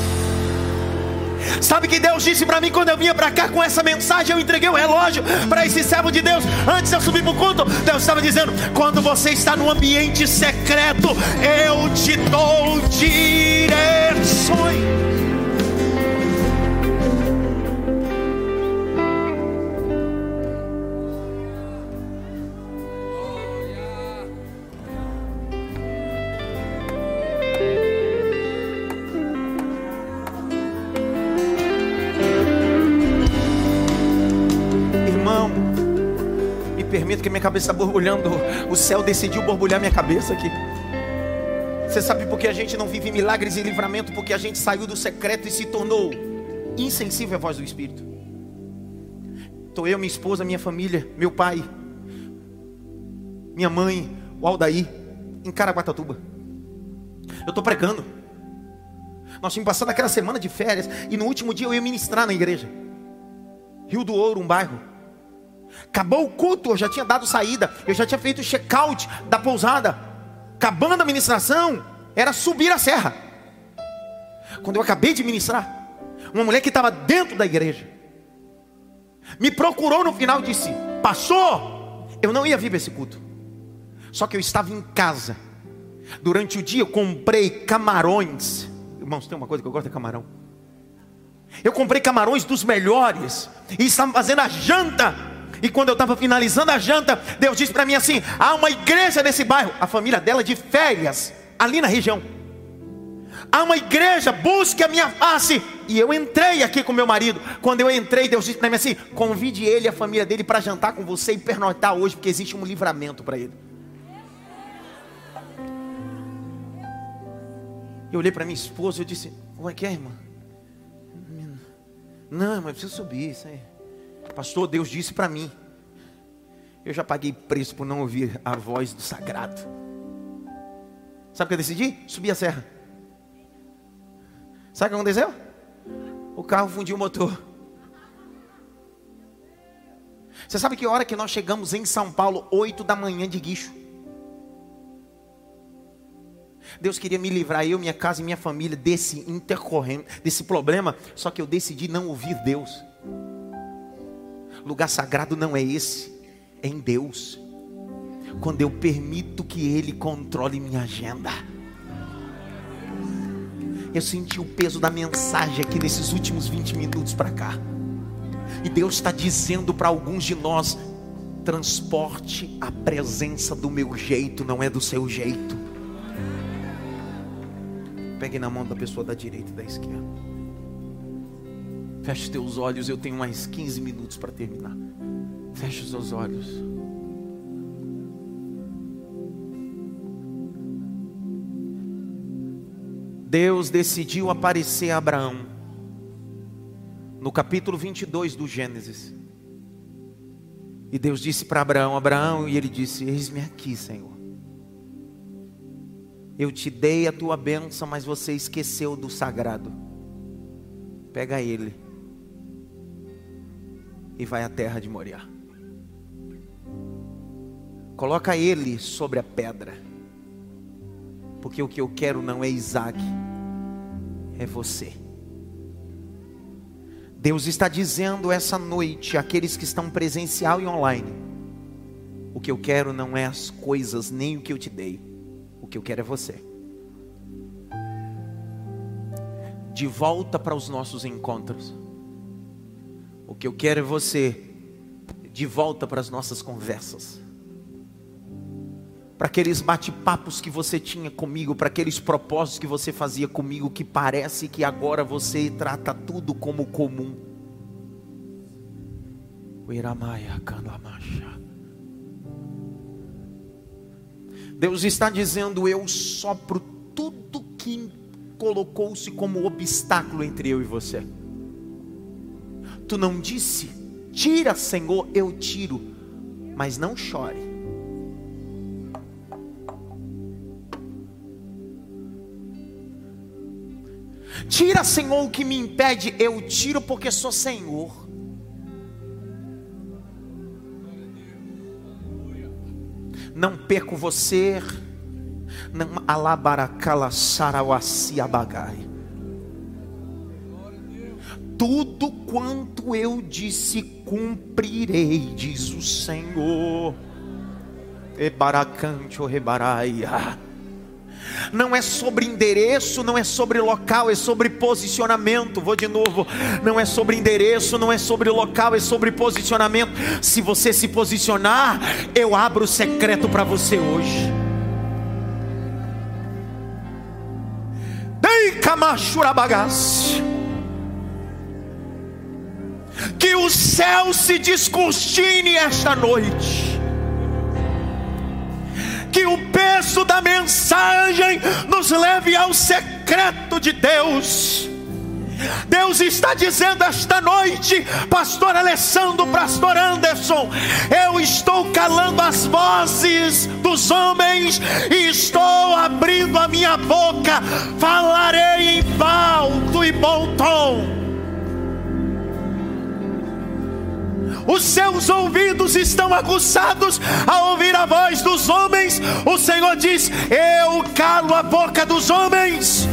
Sabe que Deus disse para mim quando eu vinha para cá com essa mensagem? Eu entreguei o relógio para esse servo de Deus. Antes de eu subir para o culto, Deus estava dizendo: quando você está num ambiente secreto, eu te dou direções. Permito que minha cabeça está borbulhando. O céu decidiu borbulhar minha cabeça aqui. Você sabe por que a gente não vive milagres e livramento? Porque a gente saiu do secreto e se tornou insensível à voz do Espírito. Estou eu, minha esposa, minha família, meu pai, minha mãe, o Aldair, em Caraguatatuba. Eu estou pregando. Nós tínhamos passado aquela semana de férias, e no último dia eu ia ministrar na igreja Rio do Ouro, um bairro. Acabou o culto, eu já tinha dado saída, eu já tinha feito o check-out da pousada. Acabando a ministração, era subir a serra. Quando eu acabei de ministrar, uma mulher que estava dentro da igreja me procurou no final e disse: pastor, eu não ia vir para esse culto, só que eu estava em casa. Durante o dia eu comprei camarões. Irmãos, tem uma coisa que eu gosto, é camarão. Eu comprei camarões dos melhores e estava fazendo a janta. E quando eu estava finalizando a janta, Deus disse para mim assim: há uma igreja nesse bairro, a família dela de férias, ali na região. Há uma igreja, busque a minha face. E eu entrei aqui com meu marido. Quando eu entrei, Deus disse para mim assim: convide ele e a família dele para jantar com você e pernoitar hoje, porque existe um livramento para ele. Eu olhei para minha esposa e eu disse: como é que é, irmã? Não, mas precisa subir isso aí. Pastor, Deus disse para mim. Eu já paguei preço por não ouvir a voz do sagrado. Sabe o que eu decidi? Subir a serra. Sabe o que aconteceu? O carro fundiu o motor. Você sabe que hora que nós chegamos em São Paulo? Oito da manhã de guicho. Deus queria me livrar, eu, minha casa e minha família, desse intercorrente, desse problema. Só que eu decidi não ouvir Deus. Lugar sagrado não é esse, é em Deus. Quando eu permito que Ele controle minha agenda. Eu senti o peso da mensagem aqui nesses últimos vinte minutos para cá. E Deus está dizendo para alguns de nós: transporte a presença do meu jeito, não é do seu jeito. Pegue na mão da pessoa da direita e da esquerda. Feche os teus olhos, eu tenho mais quinze minutos para terminar. Feche os seus olhos. Deus decidiu aparecer a Abraão no capítulo vinte e dois do Gênesis. E Deus disse para Abraão: Abraão, e ele disse: eis-me aqui, Senhor. Eu te dei a tua bênção, mas você esqueceu do sagrado. Pega ele e vai à terra de Moriá. Coloca ele sobre a pedra, porque o que eu quero não é Isaac, é você. Deus está dizendo essa noite àqueles que estão presencial e online: o que eu quero não é as coisas, nem o que eu te dei. O que eu quero é você. De volta para os nossos encontros. O que eu quero é você de volta para as nossas conversas. Para aqueles bate-papos que você tinha comigo, para aqueles propósitos que você fazia comigo, que parece que agora você trata tudo como comum. Deus está dizendo: eu sopro tudo que colocou-se como obstáculo entre eu e você. Tu não disse: tira, Senhor, eu tiro. Mas não chore. Tira, Senhor, o que me impede. Eu tiro porque sou Senhor. Não perco você. Não alabaracala sarawasiabagai. Tudo quanto eu disse cumprirei, diz o Senhor. Ebaracante o rebaraia. Não é sobre endereço, não é sobre local, é sobre posicionamento. Vou de novo. Não é sobre endereço, não é sobre local, é sobre posicionamento. Se você se posicionar, eu abro o secreto para você hoje. Dei camachurabagasse. Que o céu se descortine esta noite. Que o peso da mensagem nos leve ao secreto de Deus. Deus está dizendo esta noite, pastor Alessandro, pastor Anderson: eu estou calando as vozes dos homens e estou abrindo a minha boca. Falarei em alto e bom tom. Os seus ouvidos estão aguçados a ouvir a voz dos homens. O Senhor diz: eu calo a boca dos homens.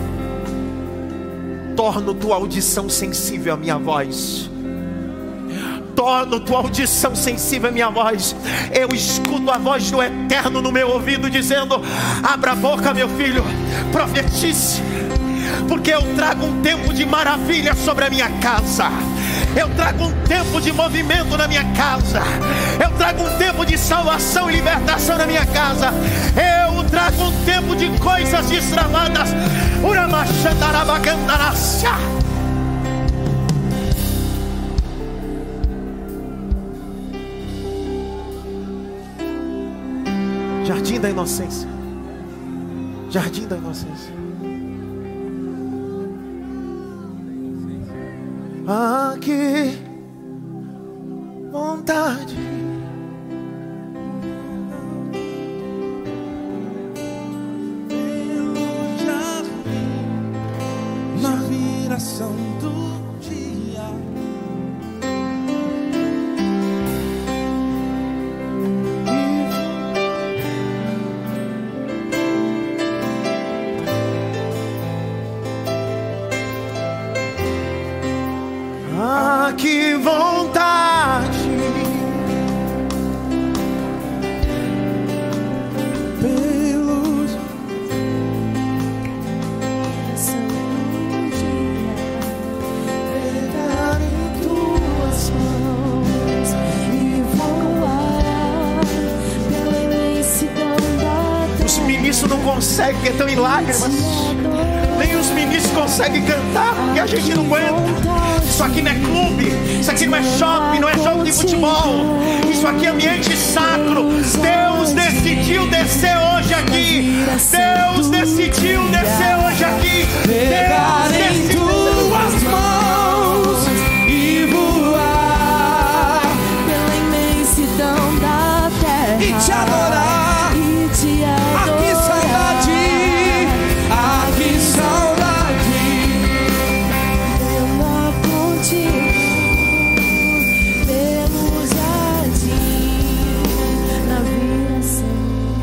Torno tua audição sensível à minha voz. Torno tua audição sensível à minha voz. Eu escuto a voz do Eterno no meu ouvido dizendo: abra a boca, meu filho, profetize. porque eu trago um tempo de maravilha sobre a minha casa. Eu trago um tempo de movimento na minha casa. Eu trago um tempo de salvação e libertação na minha casa. Eu trago um tempo de coisas destravadas. Jardim da inocência. Jardim da inocência. Ah, que vontade. Pelo jardim, na viração do dia. Ah, que vontade. Pelos pegar em tuas mãos e voar pela imensidão da terra. Os ministros não conseguem, porque estão em lágrimas. Nem os ministros conseguem cantar, porque a gente não aguenta. Isso aqui não é clube, isso aqui não é shopping, não é jogo de futebol. Isso aqui é ambiente sacro. Deus decidiu descer hoje aqui. Deus decidiu descer hoje aqui. pegar Deus em decidiu. tuas mãos e voar Pela imensidão da terra e te adorar. e te Ah, adorar. que saudade, ah, que saudade. Pela ponte, pelo jardim, na viração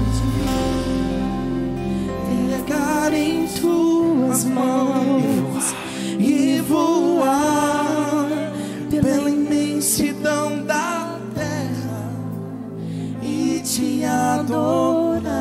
de Pegar em tuas mãos e voar pela imensidão da terra e te adorar.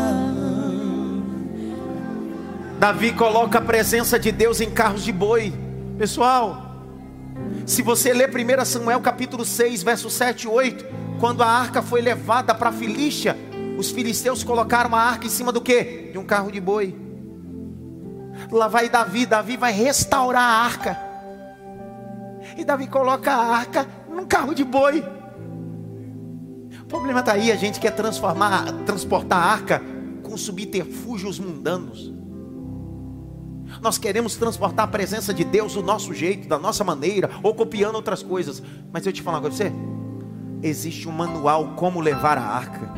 Davi coloca a presença de Deus em carros de boi. Pessoal, se você ler primeiro Samuel capítulo seis, verso sete e oito, quando a arca foi levada para a Filístia, os filisteus colocaram a arca em cima do quê? De um carro de boi. Lá vai Davi, Davi vai restaurar a arca. E Davi coloca a arca num carro de boi. O problema está aí, a gente quer transformar, transportar a arca com subterfúgios mundanos. Nós queremos transportar a presença de Deus do nosso jeito, da nossa maneira, ou copiando outras coisas. Mas eu te falo uma coisa pra você: existe um manual como levar a arca.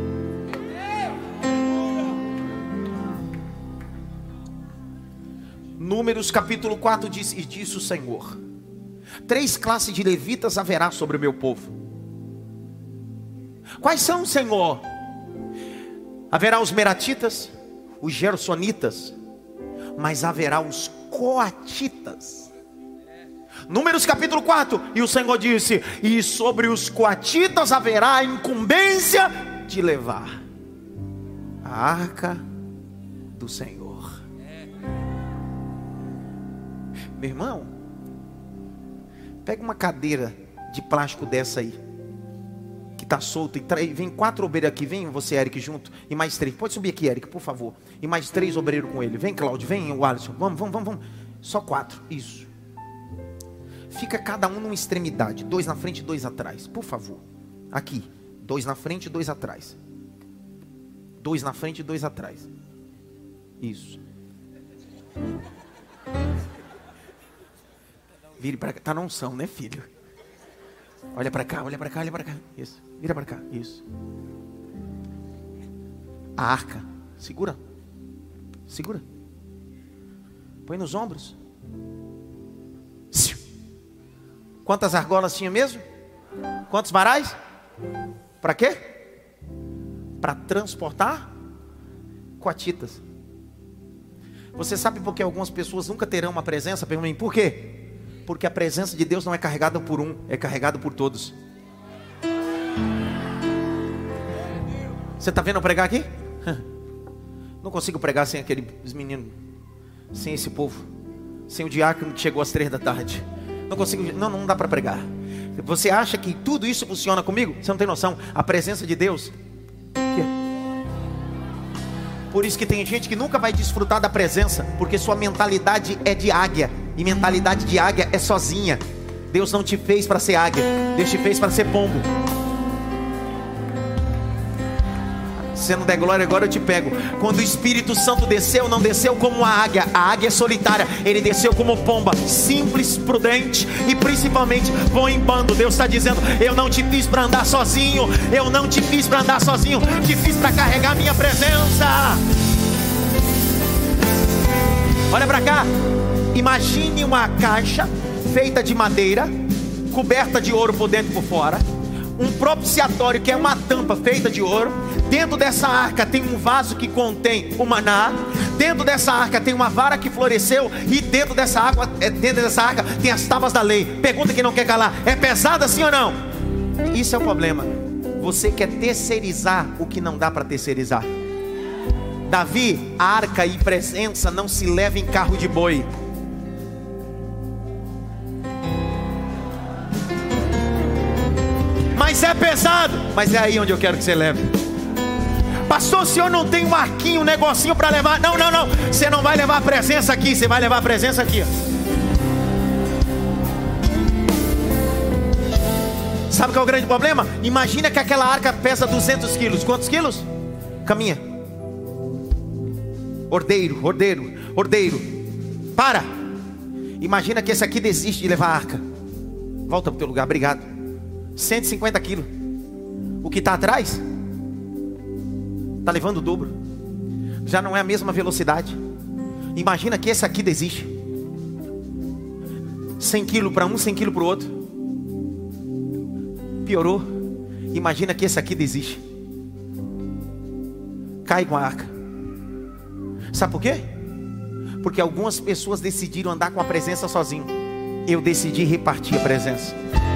Números capítulo quatro diz: e disse o Senhor: três classes de levitas haverá sobre o meu povo. Quais são, Senhor? Haverá os meratitas, os gersonitas, mas haverá os coatitas. Números capítulo quatro, e o Senhor disse: e sobre os coatitas haverá a incumbência de levar a arca do Senhor. Meu irmão, pega uma cadeira de plástico dessa aí, que está solta, e tra... vem quatro obreiros aqui. Vem você, Eric, junto, e mais três. Pode subir aqui, Eric, por favor. E mais três obreiros com ele. Vem, Cláudio, vem, o Alisson. Vamos, vamos, vamos, vamos. Só quatro, isso. Fica cada um numa extremidade. Dois na frente e dois atrás, por favor. Aqui, dois na frente e dois atrás. Dois na frente e dois atrás. Isso. Vire para cá, tá na unção, né, filho? Olha para cá, olha para cá, olha para cá. Isso, vira para cá, isso. A arca, segura. Segura. Põe nos ombros. Quantas argolas tinha mesmo? Quantos varais? Para quê? Para transportar coatitas. Você sabe por que algumas pessoas nunca terão uma presença? Pergunta, por quê? Porque a presença de Deus não é carregada por um, é carregada por todos. Você está vendo eu pregar aqui? Não consigo pregar sem aqueles meninos, sem esse povo. sem o diácono que chegou às três da tarde. Não consigo, não, não dá para pregar. Você acha que tudo isso funciona comigo? Você não tem noção. A presença de Deus. Por isso que tem gente que nunca vai desfrutar da presença, porque sua mentalidade é de águia. E mentalidade de águia é sozinha. Deus não te fez para ser águia, Deus te fez para ser pombo. Se você não der glória agora, eu te pego. Quando o Espírito Santo desceu, não desceu como uma águia. A águia é solitária, ele desceu como pomba, simples, prudente e principalmente vão em bando. Deus está dizendo: eu não te fiz para andar sozinho, eu não te fiz para andar sozinho, te fiz para carregar minha presença. Olha para cá. Imagine uma caixa feita de madeira, coberta de ouro por dentro e por fora. Um propiciatório, que é uma tampa feita de ouro. Dentro dessa arca tem um vaso que contém o maná. Dentro dessa arca tem uma vara que floresceu. E dentro dessa, água, dentro dessa arca tem as tábuas da lei. Pergunta que não quer calar: é pesada sim ou não? Isso é o problema. Você quer terceirizar o que não dá para terceirizar. Davi, arca e presença não se leva em carro de boi. Mas é pesado. Mas é aí onde eu quero que você leve. Pastor, o senhor não tem um arquinho, um negocinho para levar? Não, não, não. Você não vai levar a presença aqui, você vai levar a presença aqui. Sabe qual é o grande problema? Imagina que aquela arca pesa duzentos quilos. Quantos quilos? Caminha. Ordeiro, ordeiro, ordeiro. Para. Imagina que esse aqui desiste de levar a arca. Volta para o teu lugar, obrigado. cento e cinquenta quilos. O que está atrás está levando o dobro. Já não é a mesma velocidade. Imagina que esse aqui desiste. cem quilos para um, cem quilos para o outro. Piorou. Imagina que esse aqui desiste. Cai com a arca. Sabe por quê? Porque algumas pessoas decidiram andar com a presença sozinho. Eu decidi repartir a presença.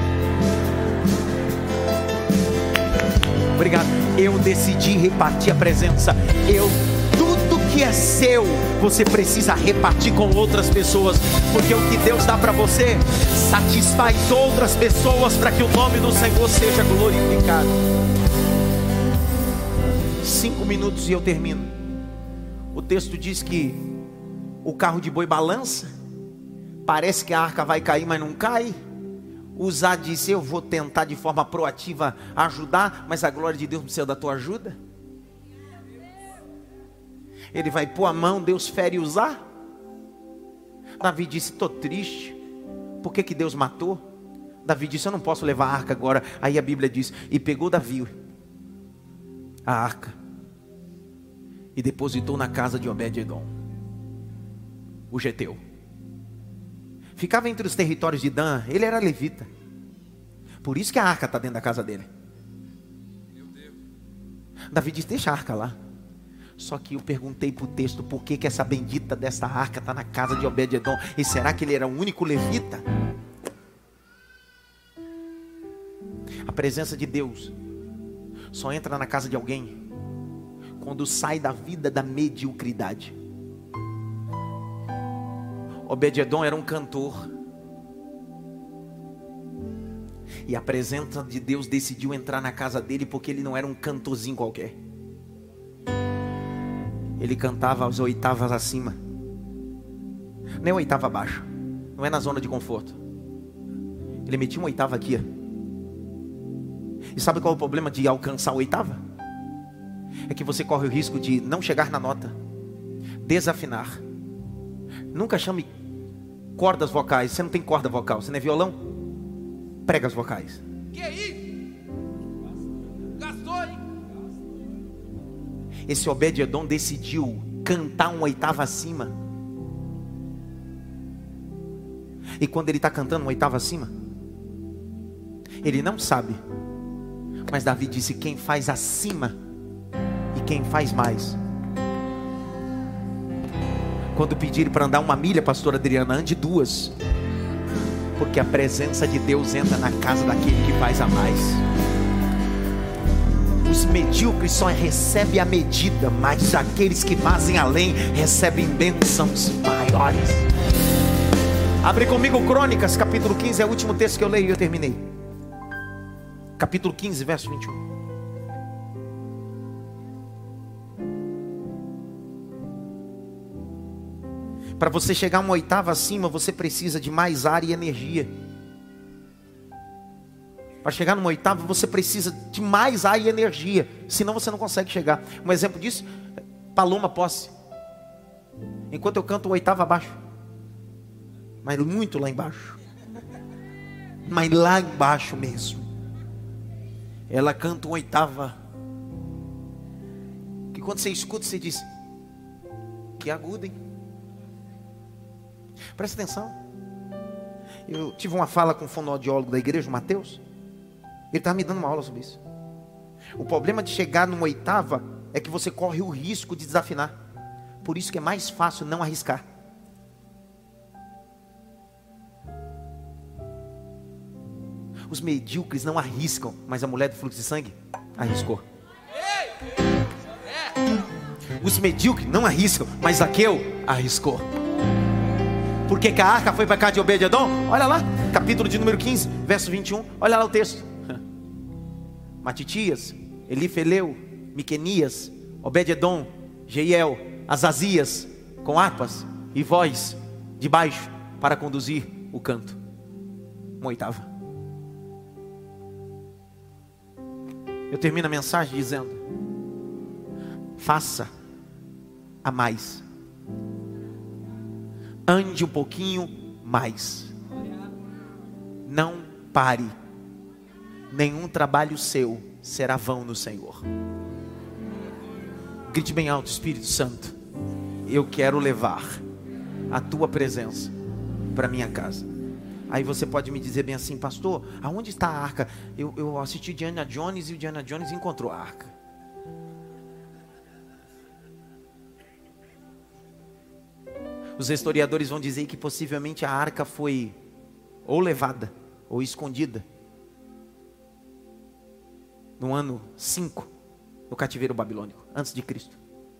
Obrigado. Eu decidi repartir a presença. Eu, tudo que é seu, você precisa repartir com outras pessoas, porque o que Deus dá para você satisfaz outras pessoas, para que o nome do Senhor seja glorificado. Cinco minutos e eu termino. O texto diz que o carro de boi balança, parece que a arca vai cair, mas não cai. Uzá disse: eu vou tentar de forma proativa ajudar, mas a glória de Deus precisa da tua ajuda. Ele vai pôr a mão, Deus fere Uzá. Davi disse: estou triste. Por que que Deus matou? Davi disse: eu não posso levar a arca agora. Aí a Bíblia diz: e pegou Davi a arca e depositou na casa de Obed-edom, o geteu. Ficava entre os territórios de Dan. Ele era levita. Por isso que a arca está dentro da casa dele. Davi disse: deixa a arca lá. Só que eu perguntei para o texto: por que que essa bendita dessa arca está na casa de Obed-edom? E será que ele era o único levita? A presença de Deus só entra na casa de alguém quando sai da vida da mediocridade. Obed-edom era um cantor. E a presença de Deus decidiu entrar na casa dele, porque ele não era um cantorzinho qualquer. Ele cantava as oitavas acima. Nem oitava abaixo. Não é na zona de conforto. Ele metia uma oitava aqui. E sabe qual é o problema de alcançar a oitava? É que você corre o risco de não chegar na nota, desafinar. Nunca chame cordas vocais. Você não tem corda vocal. Você não é violão? Prega as vocais. Que é isso? Gastou, hein? Esse Obed-edom decidiu cantar uma oitava acima. E quando ele está cantando uma oitava acima, ele não sabe. Mas Davi disse: quem faz acima e quem faz mais. Quando pedirem para andar uma milha, pastora Adriana, ande duas. Porque a presença de Deus entra na casa daquele que faz a mais. Os medíocres só recebem a medida, mas aqueles que fazem além recebem bênçãos maiores. Abre comigo Crônicas, capítulo quinze, é o último texto que eu leio e eu terminei. Capítulo quinze, verso vinte e um. Para você chegar uma oitava acima, você precisa de mais ar e energia. Para chegar numa oitava, você precisa de mais ar e energia. Senão você não consegue chegar. Um exemplo disso, Paloma Posse. Enquanto eu canto uma oitava abaixo. Mas muito lá embaixo. Mas lá embaixo mesmo. Ela canta uma oitava. Que quando você escuta, você diz: que agudo, hein? Presta atenção. Eu tive uma fala com o fonoaudiólogo da igreja, o Mateus. Ele estava me dando uma aula sobre isso. O problema de chegar numa oitava é que você corre o risco de desafinar. Por isso que é mais fácil não arriscar. Os medíocres não arriscam, mas a mulher do fluxo de sangue arriscou. Os medíocres não arriscam, mas Zaqueu arriscou. Por que que a arca foi para cá de Obed-edom? Olha lá, capítulo de número quinze, verso vinte e um. Olha lá o texto. Matitias, Elifeleu, Miquenias, Obed-edom, Jeiel, Azazias, com harpas e voz de baixo para conduzir o canto. Uma oitava. Eu termino a mensagem dizendo: faça a mais. Ande um pouquinho mais. Não pare. Nenhum trabalho seu será vão no Senhor. Grite bem alto: Espírito Santo, eu quero levar a tua presença para minha casa. Aí você pode me dizer bem assim: pastor, aonde está a arca? Eu, eu assisti Diana Jones e o Diana Jones encontrou a arca. Os historiadores vão dizer que possivelmente a arca foi ou levada ou escondida no ano cinco do cativeiro babilônico, antes de Cristo.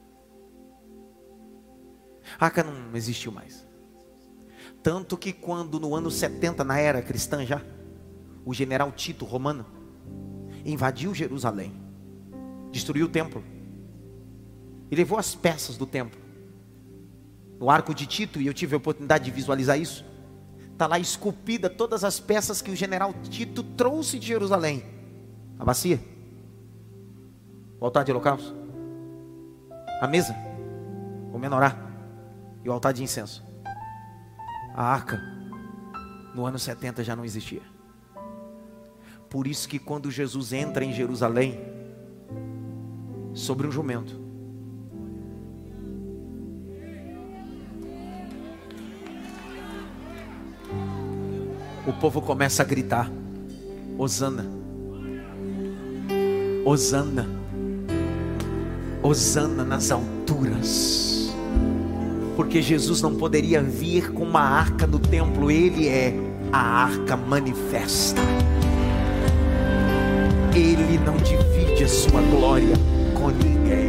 A arca não existiu mais. Tanto que quando no ano setenta, na era cristã já, o general Tito romano invadiu Jerusalém, destruiu o templo e levou as peças do templo. No arco de Tito, e eu tive a oportunidade de visualizar isso, está lá esculpida todas as peças que o general Tito trouxe de Jerusalém. A bacia, o altar de holocausto, a mesa, o menorá e o altar de incenso. A arca no ano setenta já não existia. Por isso que quando Jesus entra em Jerusalém sobre um jumento, o povo começa a gritar: Hosana, Hosana, Hosana nas alturas. Porque Jesus não poderia vir com uma arca no templo. Ele é a arca manifesta. Ele não divide a sua glória com ninguém.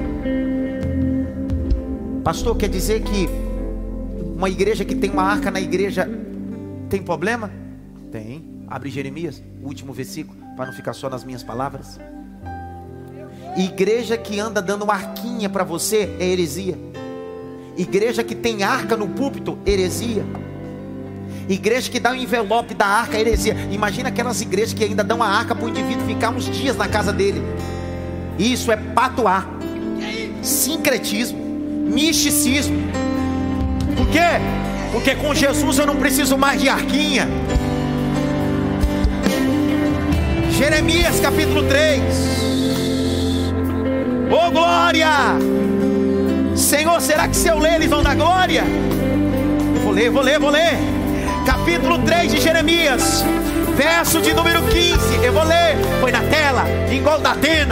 Pastor, quer dizer que uma igreja que tem uma arca na igreja tem problema? Tem. Abre Jeremias, o último versículo, para não ficar só nas minhas palavras. Igreja que anda dando uma arquinha para você é heresia. Igreja que tem arca no púlpito, heresia. Igreja que dá o envelope da arca, heresia. Imagina aquelas igrejas que ainda dão a arca para o indivíduo ficar uns dias na casa dele. Isso é patuá, sincretismo, misticismo. Por quê? Porque com Jesus eu não preciso mais de arquinha. Jeremias capítulo três. Ô glória! Senhor, será que se eu ler eles vão dar glória? Eu vou ler, vou ler, vou ler. Capítulo três de Jeremias, verso de número quinze. Eu vou ler, foi na tela, em gol da Atena.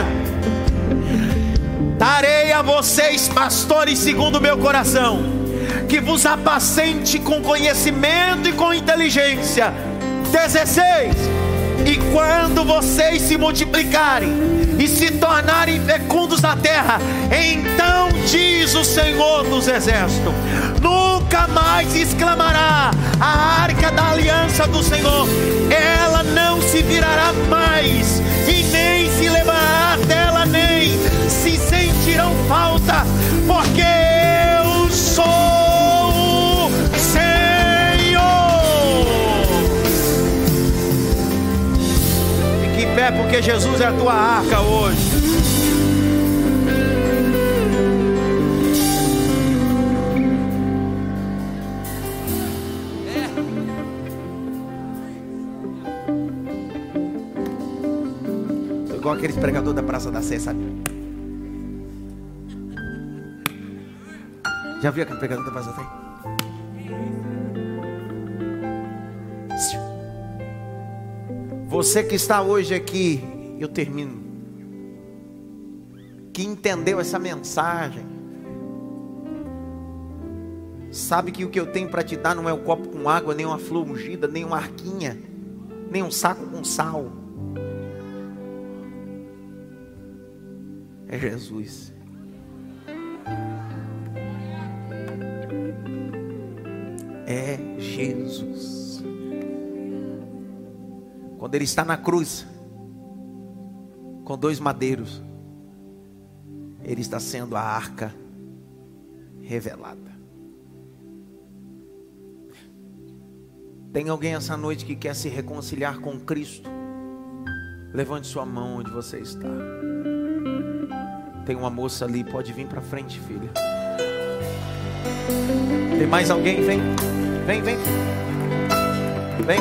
Darei a vocês pastores segundo o meu coração, que vos apacente com conhecimento e com inteligência. dezesseis. E quando vocês se multiplicarem e se tornarem fecundos na terra, então diz o Senhor dos Exércitos, nunca mais exclamará a arca da aliança do Senhor, ela não se virará mais, e nem se levará dela, nem se sentirão falta, porque eu sou o Senhor. Fique em pé, porque Jesus é a tua arca hoje. Igual aqueles pregadores da Praça da Sé, sabe? Já viu aquele pregador da Praça da Sé? Você que está hoje aqui, eu termino, que entendeu essa mensagem, sabe que o que eu tenho para te dar não é um copo com água, nem uma flor ungida, nem uma arquinha, nem um saco com sal. É Jesus. É Jesus. Quando ele está na cruz, com dois madeiros, ele está sendo a arca revelada. Tem alguém essa noite que quer se reconciliar com Cristo? Levante sua mão onde você está. Tem uma moça ali, pode vir para frente, filha. Tem mais alguém? Vem, vem, vem. Vem.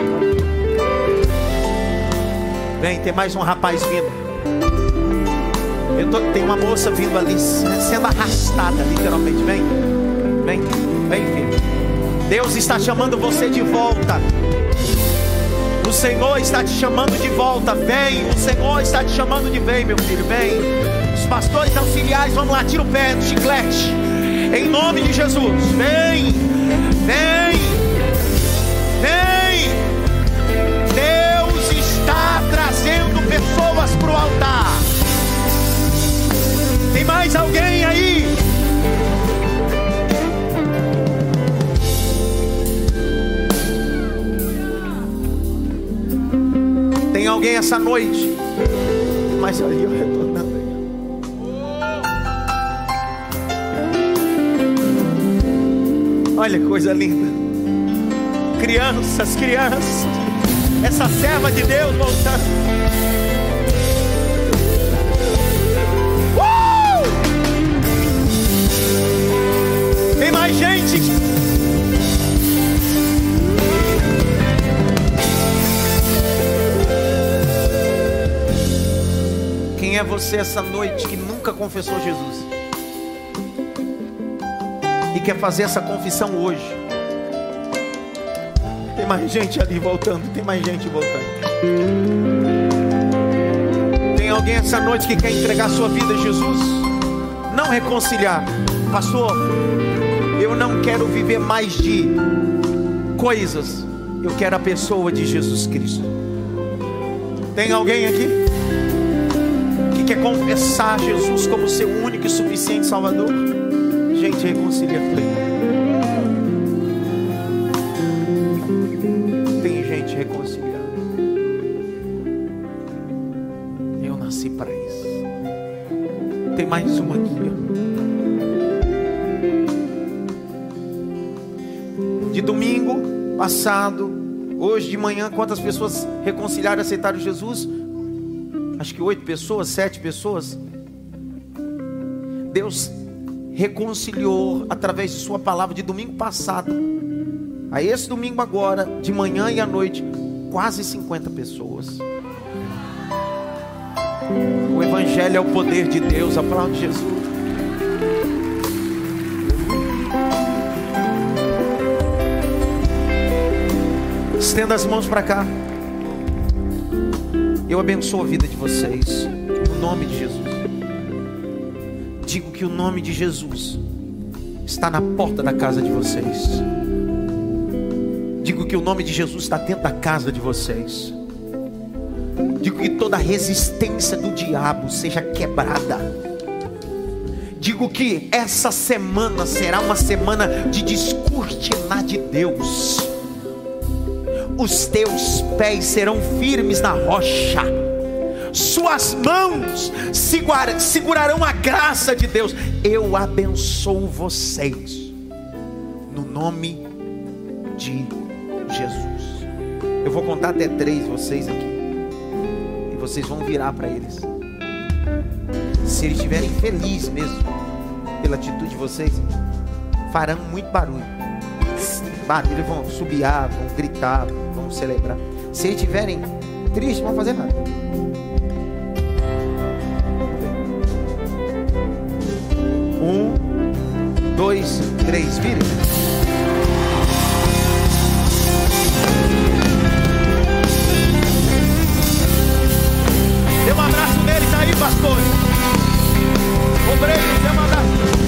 Vem, tem mais um rapaz vindo. Eu tô, tem uma moça vindo ali, sendo arrastada literalmente. Vem, vem, vem, filho. Deus está chamando você de volta. O Senhor está te chamando de volta. Vem, o Senhor está te chamando de vem, meu filho, vem. Os pastores auxiliares, vamos lá, tira o pé do chiclete, em nome de Jesus. Vem, vem, vem. Deus está trazendo pessoas para o altar. Tem mais alguém aí? Tem alguém essa noite? Mas ali eu retornando. Olha que coisa linda. Crianças, crianças. Essa serva de Deus voltando. Uh! Tem mais gente. Quem é você essa noite que nunca confessou Jesus e quer fazer essa confissão hoje? Tem mais gente ali voltando. Tem mais gente voltando. Tem alguém essa noite que quer entregar sua vida a Jesus? Não reconciliar. Pastor, eu não quero viver mais de coisas, eu quero a pessoa de Jesus Cristo. Tem alguém aqui que quer confessar Jesus como seu único e suficiente Salvador? Gente, reconcilia com ele. Tem gente reconciliando. Eu nasci para isso. Tem mais uma aqui, ó. De domingo passado, hoje de manhã, quantas pessoas reconciliaram e aceitaram Jesus? Acho que oito pessoas, sete pessoas. Deus reconciliou através de sua palavra de domingo passado a esse domingo agora, de manhã e à noite, quase cinquenta pessoas. O Evangelho é o poder de Deus. Aplaude Jesus. Estenda as mãos para cá. Eu abençoo a vida de vocês, no nome de Jesus. Digo que o nome de Jesus está na porta da casa de vocês. Digo que o nome de Jesus está dentro da casa de vocês. Digo que toda resistência do diabo seja quebrada. Digo que essa semana será uma semana de descortinar de Deus. Os teus pés serão firmes na rocha. Suas mãos segurarão a graça de Deus. Eu abençoo vocês no nome de Jesus. Eu vou contar até três vocês aqui, e vocês vão virar para eles. Se eles estiverem felizes mesmo pela atitude de vocês, farão muito barulho. Barulho, eles vão subiar, vão gritar, vão celebrar. Se eles estiverem tristes, não vão fazer nada. Um, dois, três, virem.